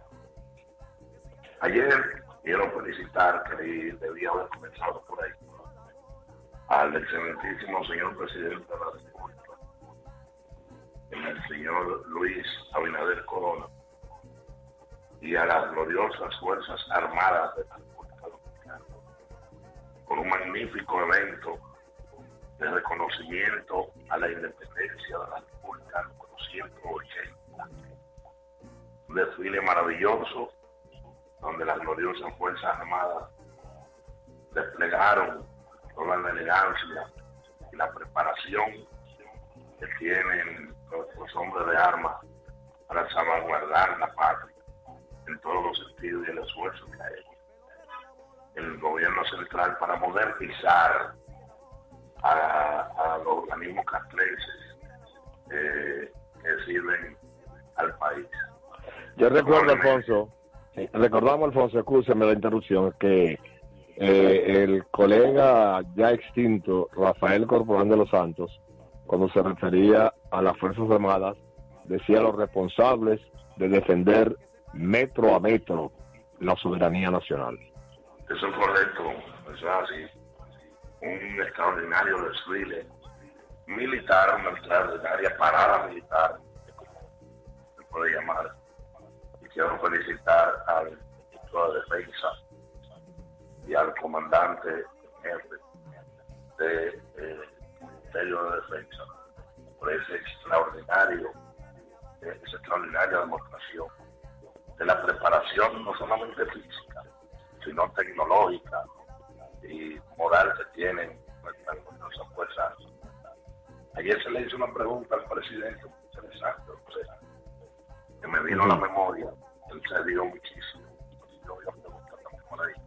[SPEAKER 17] Ayer quiero felicitar, que debía haber comenzado por ahí, al excelentísimo señor presidente de la República, el señor Luis Abinader Corona, y a las gloriosas Fuerzas Armadas de la República Dominicana, por un magnífico evento de reconocimiento a la independencia de la República número 180. Un desfile maravilloso donde las gloriosas Fuerzas Armadas desplegaron toda la elegancia y la preparación que tienen los hombres de armas para salvaguardar la patria en todos los sentidos, y el esfuerzo que hay el gobierno central para modernizar a los organismos castrenses que sirven al país.
[SPEAKER 18] Yo recuerdo, Alfonso, escúcheme la interrupción, que el colega ya extinto Rafael Corporán de los Santos, cuando se refería a las Fuerzas Armadas, decía los responsables de defender metro a metro la soberanía nacional.
[SPEAKER 17] Eso es correcto, eso es así. Un extraordinario desfile militar, una extraordinaria parada militar, como se puede llamar. Y quiero felicitar al ministro de Defensa y al comandante jefe del Ministerio de Defensa por esa extraordinaria demostración de la preparación no solamente física, sino tecnológica y moral que tienen nuestras fuerzas. Ayer se le hizo una pregunta al presidente muy interesante, que me vino a la memoria. Él se dio muchísimo. Yo voy a preguntar también por ahí.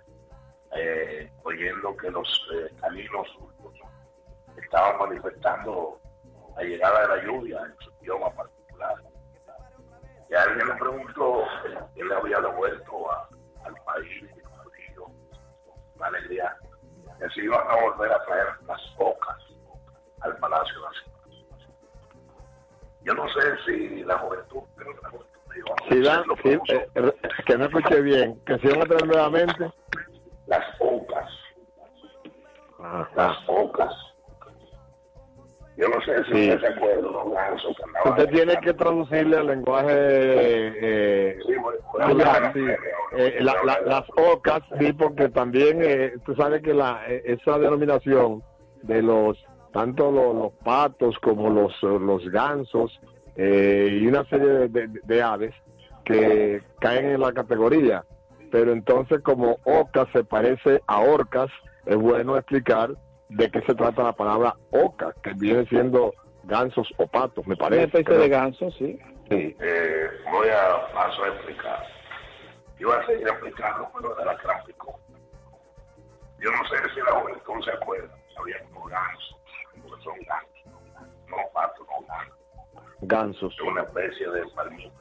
[SPEAKER 17] Oyendo que los caninos estaban manifestando la llegada de la lluvia en su idioma particular. Y alguien le preguntó que le había devuelto al país, una alegría, que se iban a volver a traer las ocas al Palacio Nacional. Yo no sé si la juventud, pero la juventud dijo,
[SPEAKER 18] que no escuché bien, que se iban a traer nuevamente
[SPEAKER 17] las ocas. Las ocas. Yo no sé si
[SPEAKER 18] Sí.
[SPEAKER 17] usted se acuerda de los gansos que andaban.
[SPEAKER 18] Usted tiene que traducirle al lenguaje allá, sí. Las ocas, sí, porque también tú sabes que esa denominación de tanto los patos como los gansos y una serie de aves que caen en la categoría, pero entonces como oca se parece a orcas, es bueno explicar de qué se trata la palabra oca, que viene siendo gansos o patos, me parece.
[SPEAKER 15] Una especie de ganso, sí.
[SPEAKER 18] Sí.
[SPEAKER 17] Voy a paso a explicar. Yo voy a seguir explicando lo de la tráfico. Yo no sé si la juventud se acuerda. Había unos gansos, porque son gansos, no patos, no gansos.
[SPEAKER 18] Gansos.
[SPEAKER 17] Es una especie de palmito.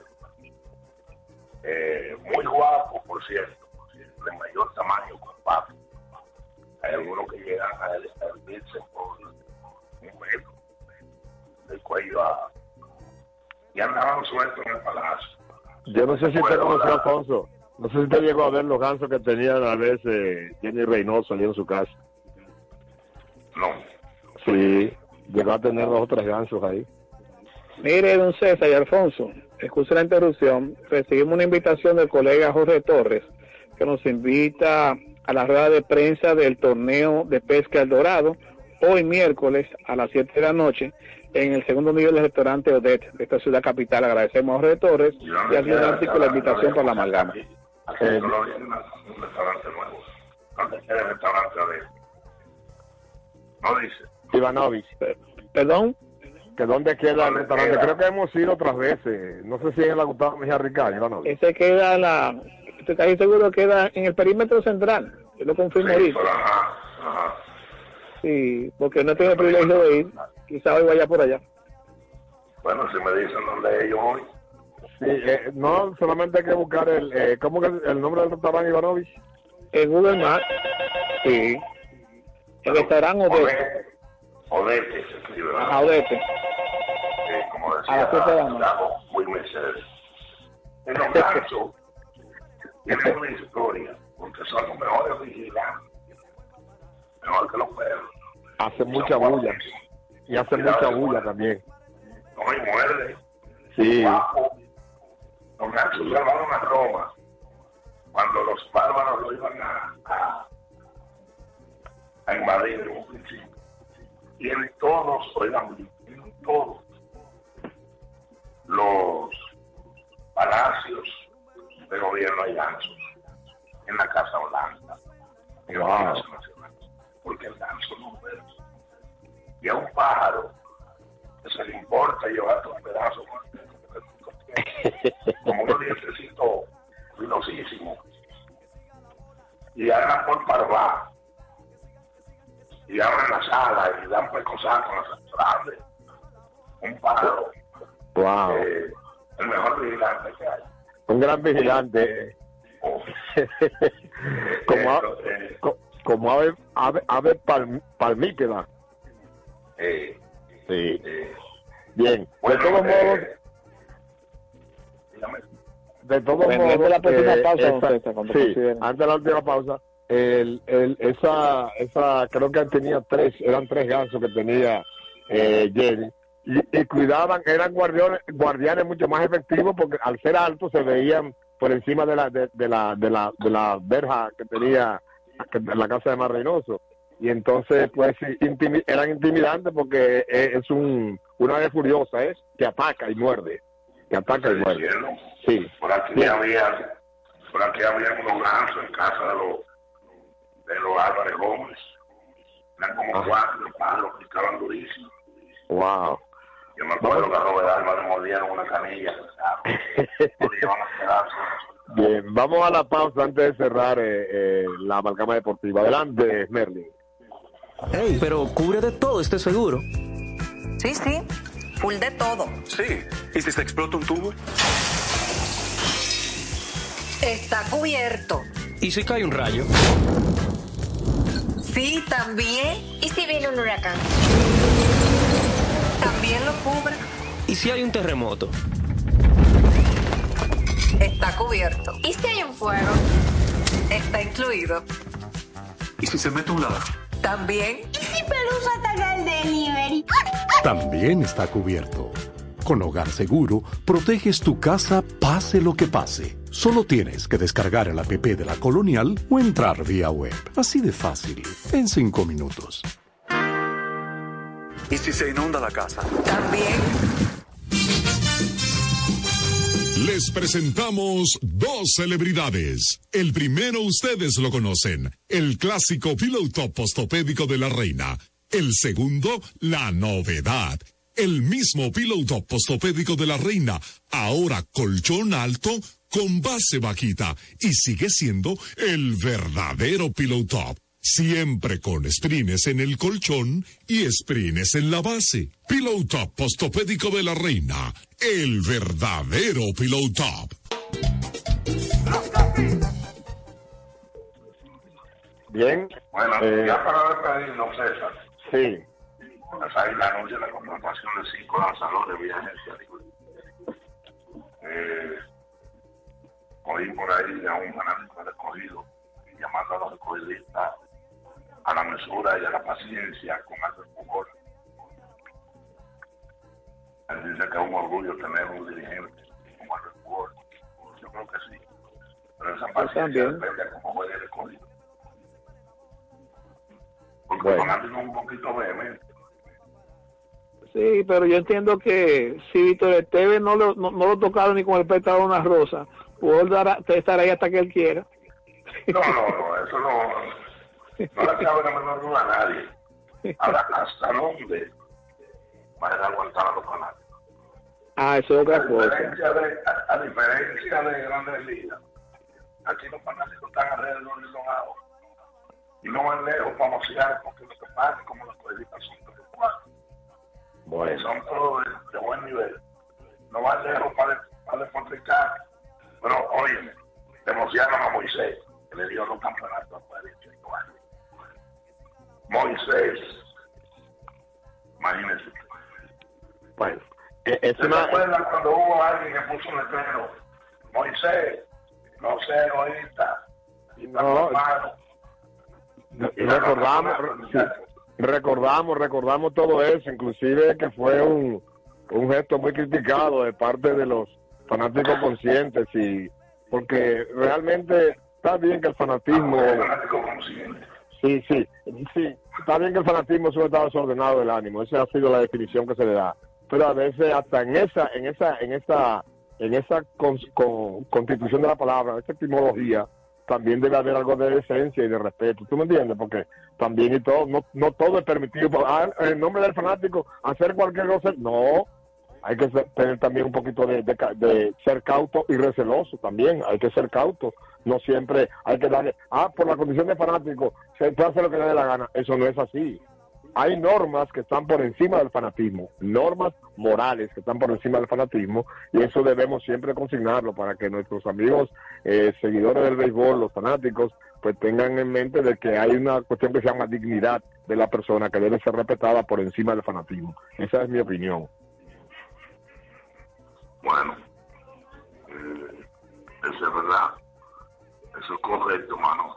[SPEAKER 17] Muy guapo, por cierto, de mayor tamaño que un pato. Hay algunos que llegan a hervirse por un metro del cuello y andaban sueltos en el palacio.
[SPEAKER 18] Yo no sé si usted conoció a Alfonso, no sé si usted llegó a ver los gansos que tenían a veces Jenny Reynoso allí en su casa.
[SPEAKER 17] No.
[SPEAKER 18] Sí, llegó a tener 2 o 3 gansos ahí.
[SPEAKER 15] Mire, don César y Alfonso, excusa la interrupción, recibimos una invitación del colega Jorge Torres, que nos invita a la rueda de prensa del torneo de pesca El Dorado, hoy miércoles a las 7 de la noche, en el segundo nivel del restaurante Odette de esta ciudad capital. Agradecemos a Jorge Torres y a Ciudad la invitación por la amalgama.
[SPEAKER 17] Aquí en Colombia hay un restaurante nuevo. ¿Dónde queda el restaurante Odette? No dice.
[SPEAKER 18] Ivanovich.
[SPEAKER 15] ¿Perdón?
[SPEAKER 18] ¿Que dónde queda el restaurante? Creo que hemos ido otras veces. No sé si es en la Gustavo Mejía Ricard, Ivanovich.
[SPEAKER 15] Ese queda estoy casi seguro queda en el perímetro central. Yo lo confirmo ahorita. Sí, porque no tengo el privilegio de ir. Quizá hoy vaya por allá.
[SPEAKER 17] Bueno, si me dicen dónde ellos hoy.
[SPEAKER 18] Sí, no, solamente hay que buscar ¿cómo que el nombre del restaurante Ivanovich?
[SPEAKER 15] En Google Maps. Sí. El restaurante Odette.
[SPEAKER 17] Odette se escribe, ¿verdad?
[SPEAKER 15] Ajá, Odette.
[SPEAKER 17] Como
[SPEAKER 15] A las 7 de la noche.
[SPEAKER 17] muy Mercedes. En los gansos tienen una historia, porque son los mejores vigilantes. Mejor que los perros.
[SPEAKER 18] Hace mucha bulla. Y hace mucha bulla también.
[SPEAKER 17] No, y muerde.
[SPEAKER 18] Sí.
[SPEAKER 17] Guapo. Los gansos salvaron a Roma cuando los bárbaros lo iban a invadir en un principio. Y en todos, oigan, en todos los palacios de gobierno hay gansos. En la Casa Blanca, en el Palacio Nacional, porque el ganso no muere. Y a un pájaro que se le importa llevar un pedazo como unos dientecitos filosísimos, y andan por parvar, y abren la sala y dan pescosas con las entradas. Un pájaro.
[SPEAKER 18] Wow.
[SPEAKER 17] El mejor vigilante que hay.
[SPEAKER 18] Un gran vigilante. Como ave palmípeda. Sí. Bien.
[SPEAKER 17] Bueno,
[SPEAKER 18] de todos modos,
[SPEAKER 15] antes de la próxima pausa,
[SPEAKER 18] antes de la última pausa, esa creo que eran 3 gansos que tenía Jenny, y cuidaban, eran guardianes mucho más efectivos, porque al ser altos se veían por encima de la verja que tenía en la casa de Mar Reynoso, y entonces pues eran intimidantes, porque es una ave furiosa, que ataca y muerde, sí.
[SPEAKER 17] Por aquí había unos gansos en casa de los Álvarez Gómez. Eran como 4 pájaros que estaban durísimos.
[SPEAKER 18] Wow.
[SPEAKER 17] Yo me acuerdo que a Robert Álvarez mordieron una canilla.
[SPEAKER 18] Bien, vamos a la pausa antes de cerrar la amalgama deportiva. Adelante, Merlin.
[SPEAKER 11] Hey, pero cubre de todo este seguro.
[SPEAKER 12] Sí, full de todo.
[SPEAKER 11] Sí, ¿y si se explota un tubo?
[SPEAKER 12] Está cubierto.
[SPEAKER 11] ¿Y si cae un rayo?
[SPEAKER 12] Sí, también.
[SPEAKER 13] ¿Y si viene un huracán?
[SPEAKER 12] También lo cubre.
[SPEAKER 11] ¿Y si hay un terremoto?
[SPEAKER 12] Está cubierto.
[SPEAKER 13] ¿Y si hay un fuego?
[SPEAKER 12] Está incluido.
[SPEAKER 11] ¿Y si se mete un ladrón?
[SPEAKER 12] También.
[SPEAKER 13] ¿Y si
[SPEAKER 19] pelusa hasta el delivery.
[SPEAKER 5] También está cubierto. Con Hogar Seguro, proteges tu casa pase lo que pase. Solo tienes que descargar el app de la Colonial o entrar vía web. Así de fácil, en 5 minutos.
[SPEAKER 11] ¿Y si se inunda la casa?
[SPEAKER 12] También.
[SPEAKER 7] Les presentamos dos celebridades. El primero ustedes lo conocen, el clásico Pillow Top postopédico de la reina. El segundo, la novedad. El mismo Pillow Top postopédico de la reina, ahora colchón alto con base bajita y sigue siendo el verdadero Pillow Top. Siempre con sprines en el colchón y sprines en la base. Pillow Top postopédico de la reina, el verdadero Pillow Top.
[SPEAKER 18] Bien.
[SPEAKER 17] Bueno, ya para despedirnos, César.
[SPEAKER 18] Sí.
[SPEAKER 17] Las Águilas anuncian la contratación de 5 lanzadores vía agencia libre. Oí por ahí a un fanático del Escogido llamando a los escogidistas a la mesura y a la paciencia con Albert Pujols. Él dice que es un orgullo tener un dirigente como Albert Pujols. Yo creo que sí. Pero esa paciencia depende de cómo juegue el Escogido. Porque el fanático es un poquito vehemente.
[SPEAKER 15] Sí, pero yo entiendo que si Víctor Esteves no lo tocaron ni con el pétalo de una rosa, puedo estar ahí hasta que él quiera.
[SPEAKER 17] No, eso no le cabe la menor duda a nadie. Ahora, ¿hasta dónde van a aguantar a los fanáticos?
[SPEAKER 15] Eso es otra cosa.
[SPEAKER 17] A diferencia de Grandes Ligas, aquí los fanáticos están alrededor de los lados y no van lejos para mostrar porque lo que pasa como los periodistas son 3-4. Bueno. Son todos de buen nivel. No van lejos para despotricar. Pero, oye, denunciaron a Moisés, que le dio los campeonatos a 48 años. Moisés, imagínense.
[SPEAKER 18] Bueno,
[SPEAKER 17] ¿se acuerdan cuando hubo alguien que puso un letrero? Moisés, no sé, egoísta.
[SPEAKER 18] No, recordamos todo eso, inclusive que fue un gesto muy criticado de parte de los fanáticos conscientes, y porque realmente está bien que el fanatismo sí, está bien que el fanatismo es un estado desordenado del ánimo, esa ha sido la definición que se le da, pero a veces hasta en esa constitución de la palabra, en esa etimología, también debe haber algo de decencia y de respeto. ¿Tú me entiendes? Porque también y todo, no todo es permitido. En nombre del fanático, hacer cualquier cosa. No, hay que tener también un poquito de ser cauto y receloso también. Hay que ser cauto. No siempre hay que darle, por la condición de fanático, se puede hacer lo que le dé la gana. Eso no es así. Hay normas que están por encima del fanatismo, normas morales que están por encima del fanatismo, y eso debemos siempre consignarlo para que nuestros amigos seguidores del béisbol, los fanáticos, pues tengan en mente de que hay una cuestión que se llama dignidad de la persona que debe ser respetada por encima del fanatismo. Esa es mi opinión.
[SPEAKER 17] Bueno, eso es verdad, eso es correcto, mano.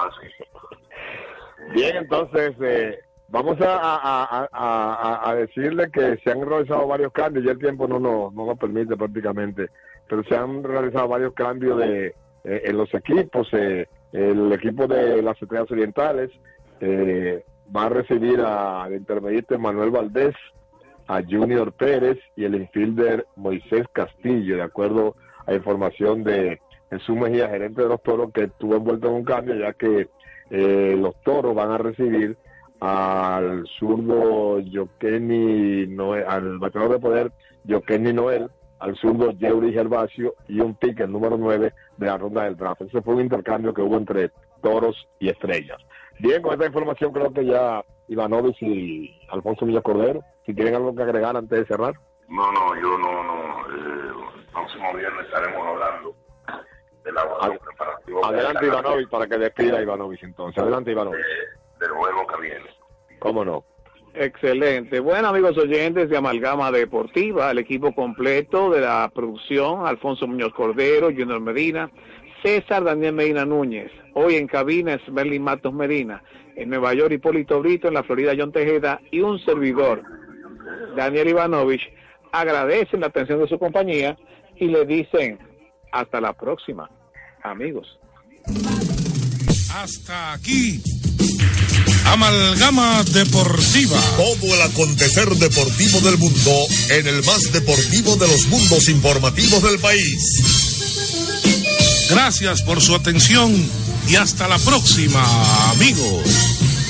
[SPEAKER 18] Bien, entonces vamos a decirle que se han realizado varios cambios, ya el tiempo no nos permite prácticamente, pero se han realizado varios cambios en los equipos. El equipo de las Estrellas Orientales va a recibir al intermediista Manuel Valdés, a Junior Pérez y el infielder Moisés Castillo, de acuerdo a información de Jesús Mejía, gerente de los Toros, que estuvo envuelto en un cambio, ya que los Toros van a recibir al zurdo Yoqueni Noel, al bateador de poder Yoqueni Noel, al zurdo Yeuri Gervasio y un pick, el número 9 de la ronda del draft. Ese fue un intercambio que hubo entre Toros y Estrellas. Bien, con esta información creo que ya Ivanovich y Alfonso Muñoz Cordero, si tienen algo que agregar antes de cerrar.
[SPEAKER 17] No, yo no. El próximo viernes estaremos hablando de la preparativa.
[SPEAKER 18] Adelante Ivanovich, para que despida Ivanovich entonces. Adelante Ivanovich.
[SPEAKER 17] Del juego que viene.
[SPEAKER 18] ¿Cómo no?
[SPEAKER 15] Excelente. Bueno, amigos oyentes de Amalgama Deportiva, el equipo completo de la producción, Alfonso Muñoz Cordero, Junior Medina, César Daniel Medina Núñez. Hoy en cabina es Merlin Matos Medina. En Nueva York, Hipólito Brito. En la Florida, John Tejeda. Y un servidor, Daniel Ivanovich, agradecen la atención de su compañía y le dicen hasta la próxima, amigos.
[SPEAKER 8] Hasta aquí, Amalgama Deportiva.
[SPEAKER 16] Todo el acontecer deportivo del mundo en el más deportivo de los mundos informativos del país.
[SPEAKER 8] Gracias por su atención y hasta la próxima, amigos.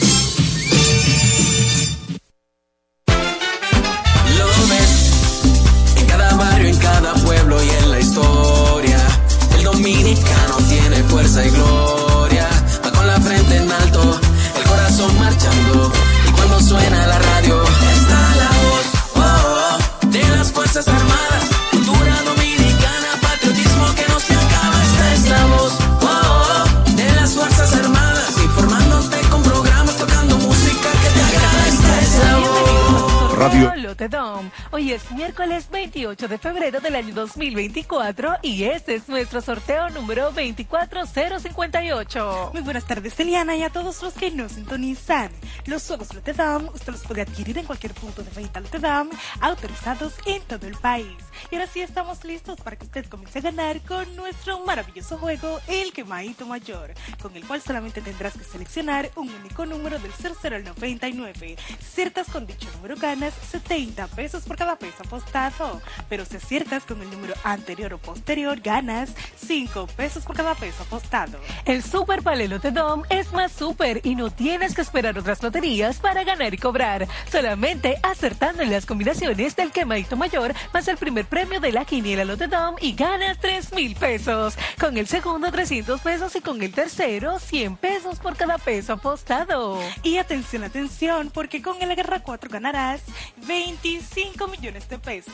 [SPEAKER 3] Lo ves en cada barrio, en cada pueblo y en la historia. El dominicano tiene fuerza y gloria. Va con la frente en alto, el corazón marchando. Y cuando suena la radio, está la voz, oh, oh, de las Fuerzas Armadas. Cultura dominicana, patriotismo que no se acaba. Esta es la voz, oh, oh, de las Fuerzas Armadas. Informándote con programas, tocando música que te agrada. Esta es la voz.
[SPEAKER 20] Radio Lotedom. Hoy es miércoles 28 de febrero del año 2024 y este es nuestro sorteo número 24058.
[SPEAKER 21] Muy buenas tardes, Eliana, y a todos los que nos sintonizan. Los juegos Lotedom usted los puede adquirir en cualquier punto de venta Lotedom, autorizados en todo el país. Y ahora sí estamos listos para que usted comience a ganar con nuestro maravilloso juego, el Quemadito Mayor, con el cual solamente tendrás que seleccionar un único número del 00 al 99. Si aciertas con dicho número ganas 70 pesos por cada peso apostado, pero si aciertas con el número anterior o posterior ganas 5 pesos por cada peso apostado.
[SPEAKER 20] El Super Palé Lotedom es más super y no tienes que esperar otras loterías para ganar y cobrar, solamente acertando en las combinaciones del Quemadito Mayor más el primer premio de la quiniela Lotedom y ganas 3,000 pesos, con el segundo 300 pesos y con el tercero 100 pesos por cada peso apostado.
[SPEAKER 21] Y atención, atención, porque con el Agarra 4 ganarás 25 millones de pesos.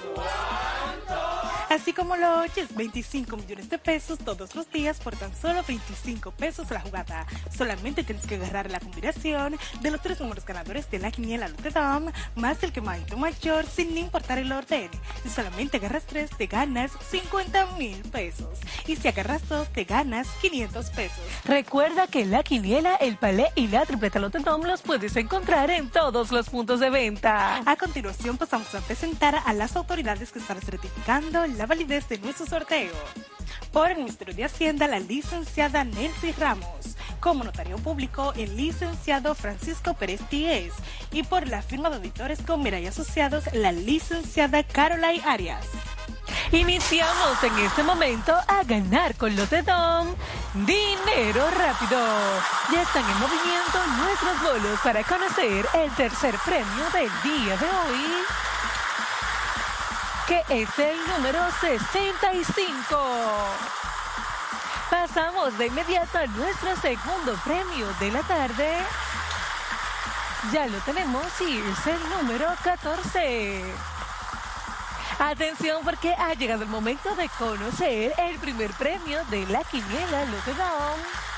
[SPEAKER 21] Así como lo oyes, 25 millones de pesos todos los días por tan solo 25 pesos la jugada. Solamente tienes que agarrar la combinación de los 3 números ganadores de la quiniela Lotedom más el Quemadito Mayor sin importar el orden. Si solamente agarras 3 te ganas 50,000 pesos y si agarras 2 te ganas 500 pesos.
[SPEAKER 20] Recuerda que la quiniela, el palé y la tripleta Lotedom los puedes encontrar en todos los puntos de venta.
[SPEAKER 21] A continuación pasamos a presentar a las autoridades que están certificando la validez de nuestro sorteo. Por el Ministerio de Hacienda, la licenciada Nelcy Ramos. Como notario público, el licenciado Francisco Pérez Díez. Y por la firma de auditores con Miray Asociados, la licenciada Caroline Arias.
[SPEAKER 20] Iniciamos en este momento a ganar con Lotedom dinero rápido. Ya están en movimiento nuestros bolos para conocer el tercer premio del día de hoy, que es el número 65. Pasamos de inmediato a nuestro segundo premio de la tarde. Ya lo tenemos y es el número 14. Atención porque ha llegado el momento de conocer el primer premio de la quiniela Lotedom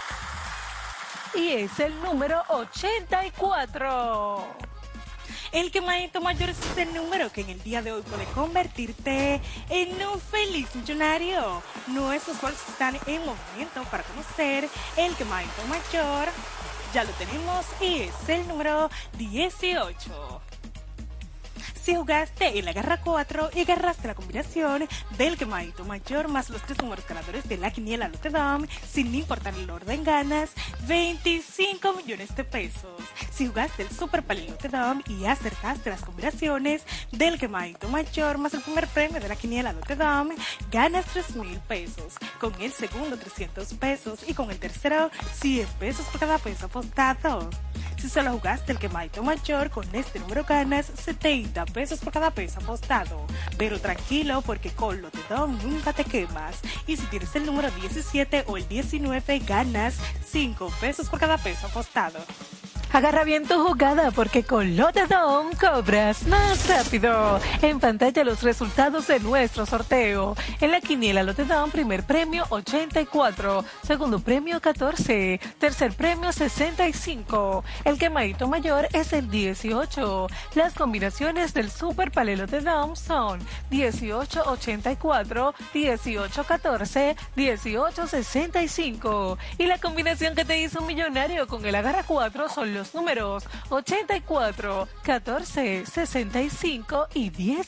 [SPEAKER 20] y es el número 84.
[SPEAKER 21] El Quemadito Mayor es el número que en el día de hoy puede convertirte en un feliz millonario. Nuestros cuales están en movimiento para conocer el Quemadito Mayor. Ya lo tenemos y es el número 18. Si jugaste el Agarra 4 y agarraste la combinación del Quemadito Mayor más los 3 números ganadores de la quiniela Lotedom, sin importar el orden ganas 25 millones de pesos. Si jugaste el Super Palé Lotedom y acertaste las combinaciones del Quemadito Mayor más el primer premio de la quiniela Lotedom, ganas 3,000 pesos. Con el segundo 300 pesos y con el tercero 100 pesos por cada peso apostado. Si solo jugaste el Quemadito Mayor, con este número ganas 70 pesos por cada peso apostado. Pero tranquilo, porque con Lotedom nunca te quemas. Y si tienes el número 17 o el 19, ganas 5 pesos por cada peso apostado.
[SPEAKER 20] Agarra bien tu jugada porque con Lotedom cobras más rápido. En pantalla los resultados de nuestro sorteo. En la quiniela Lotedom, primer premio 84, segundo premio 14, tercer premio 65. El quemadito mayor es el 18. Las combinaciones del Super Palé Lotedom son 1884, 1814, 1865. Y la combinación que te hizo un millonario con el Agarra 4 son los números 84, 14, 65 y 18.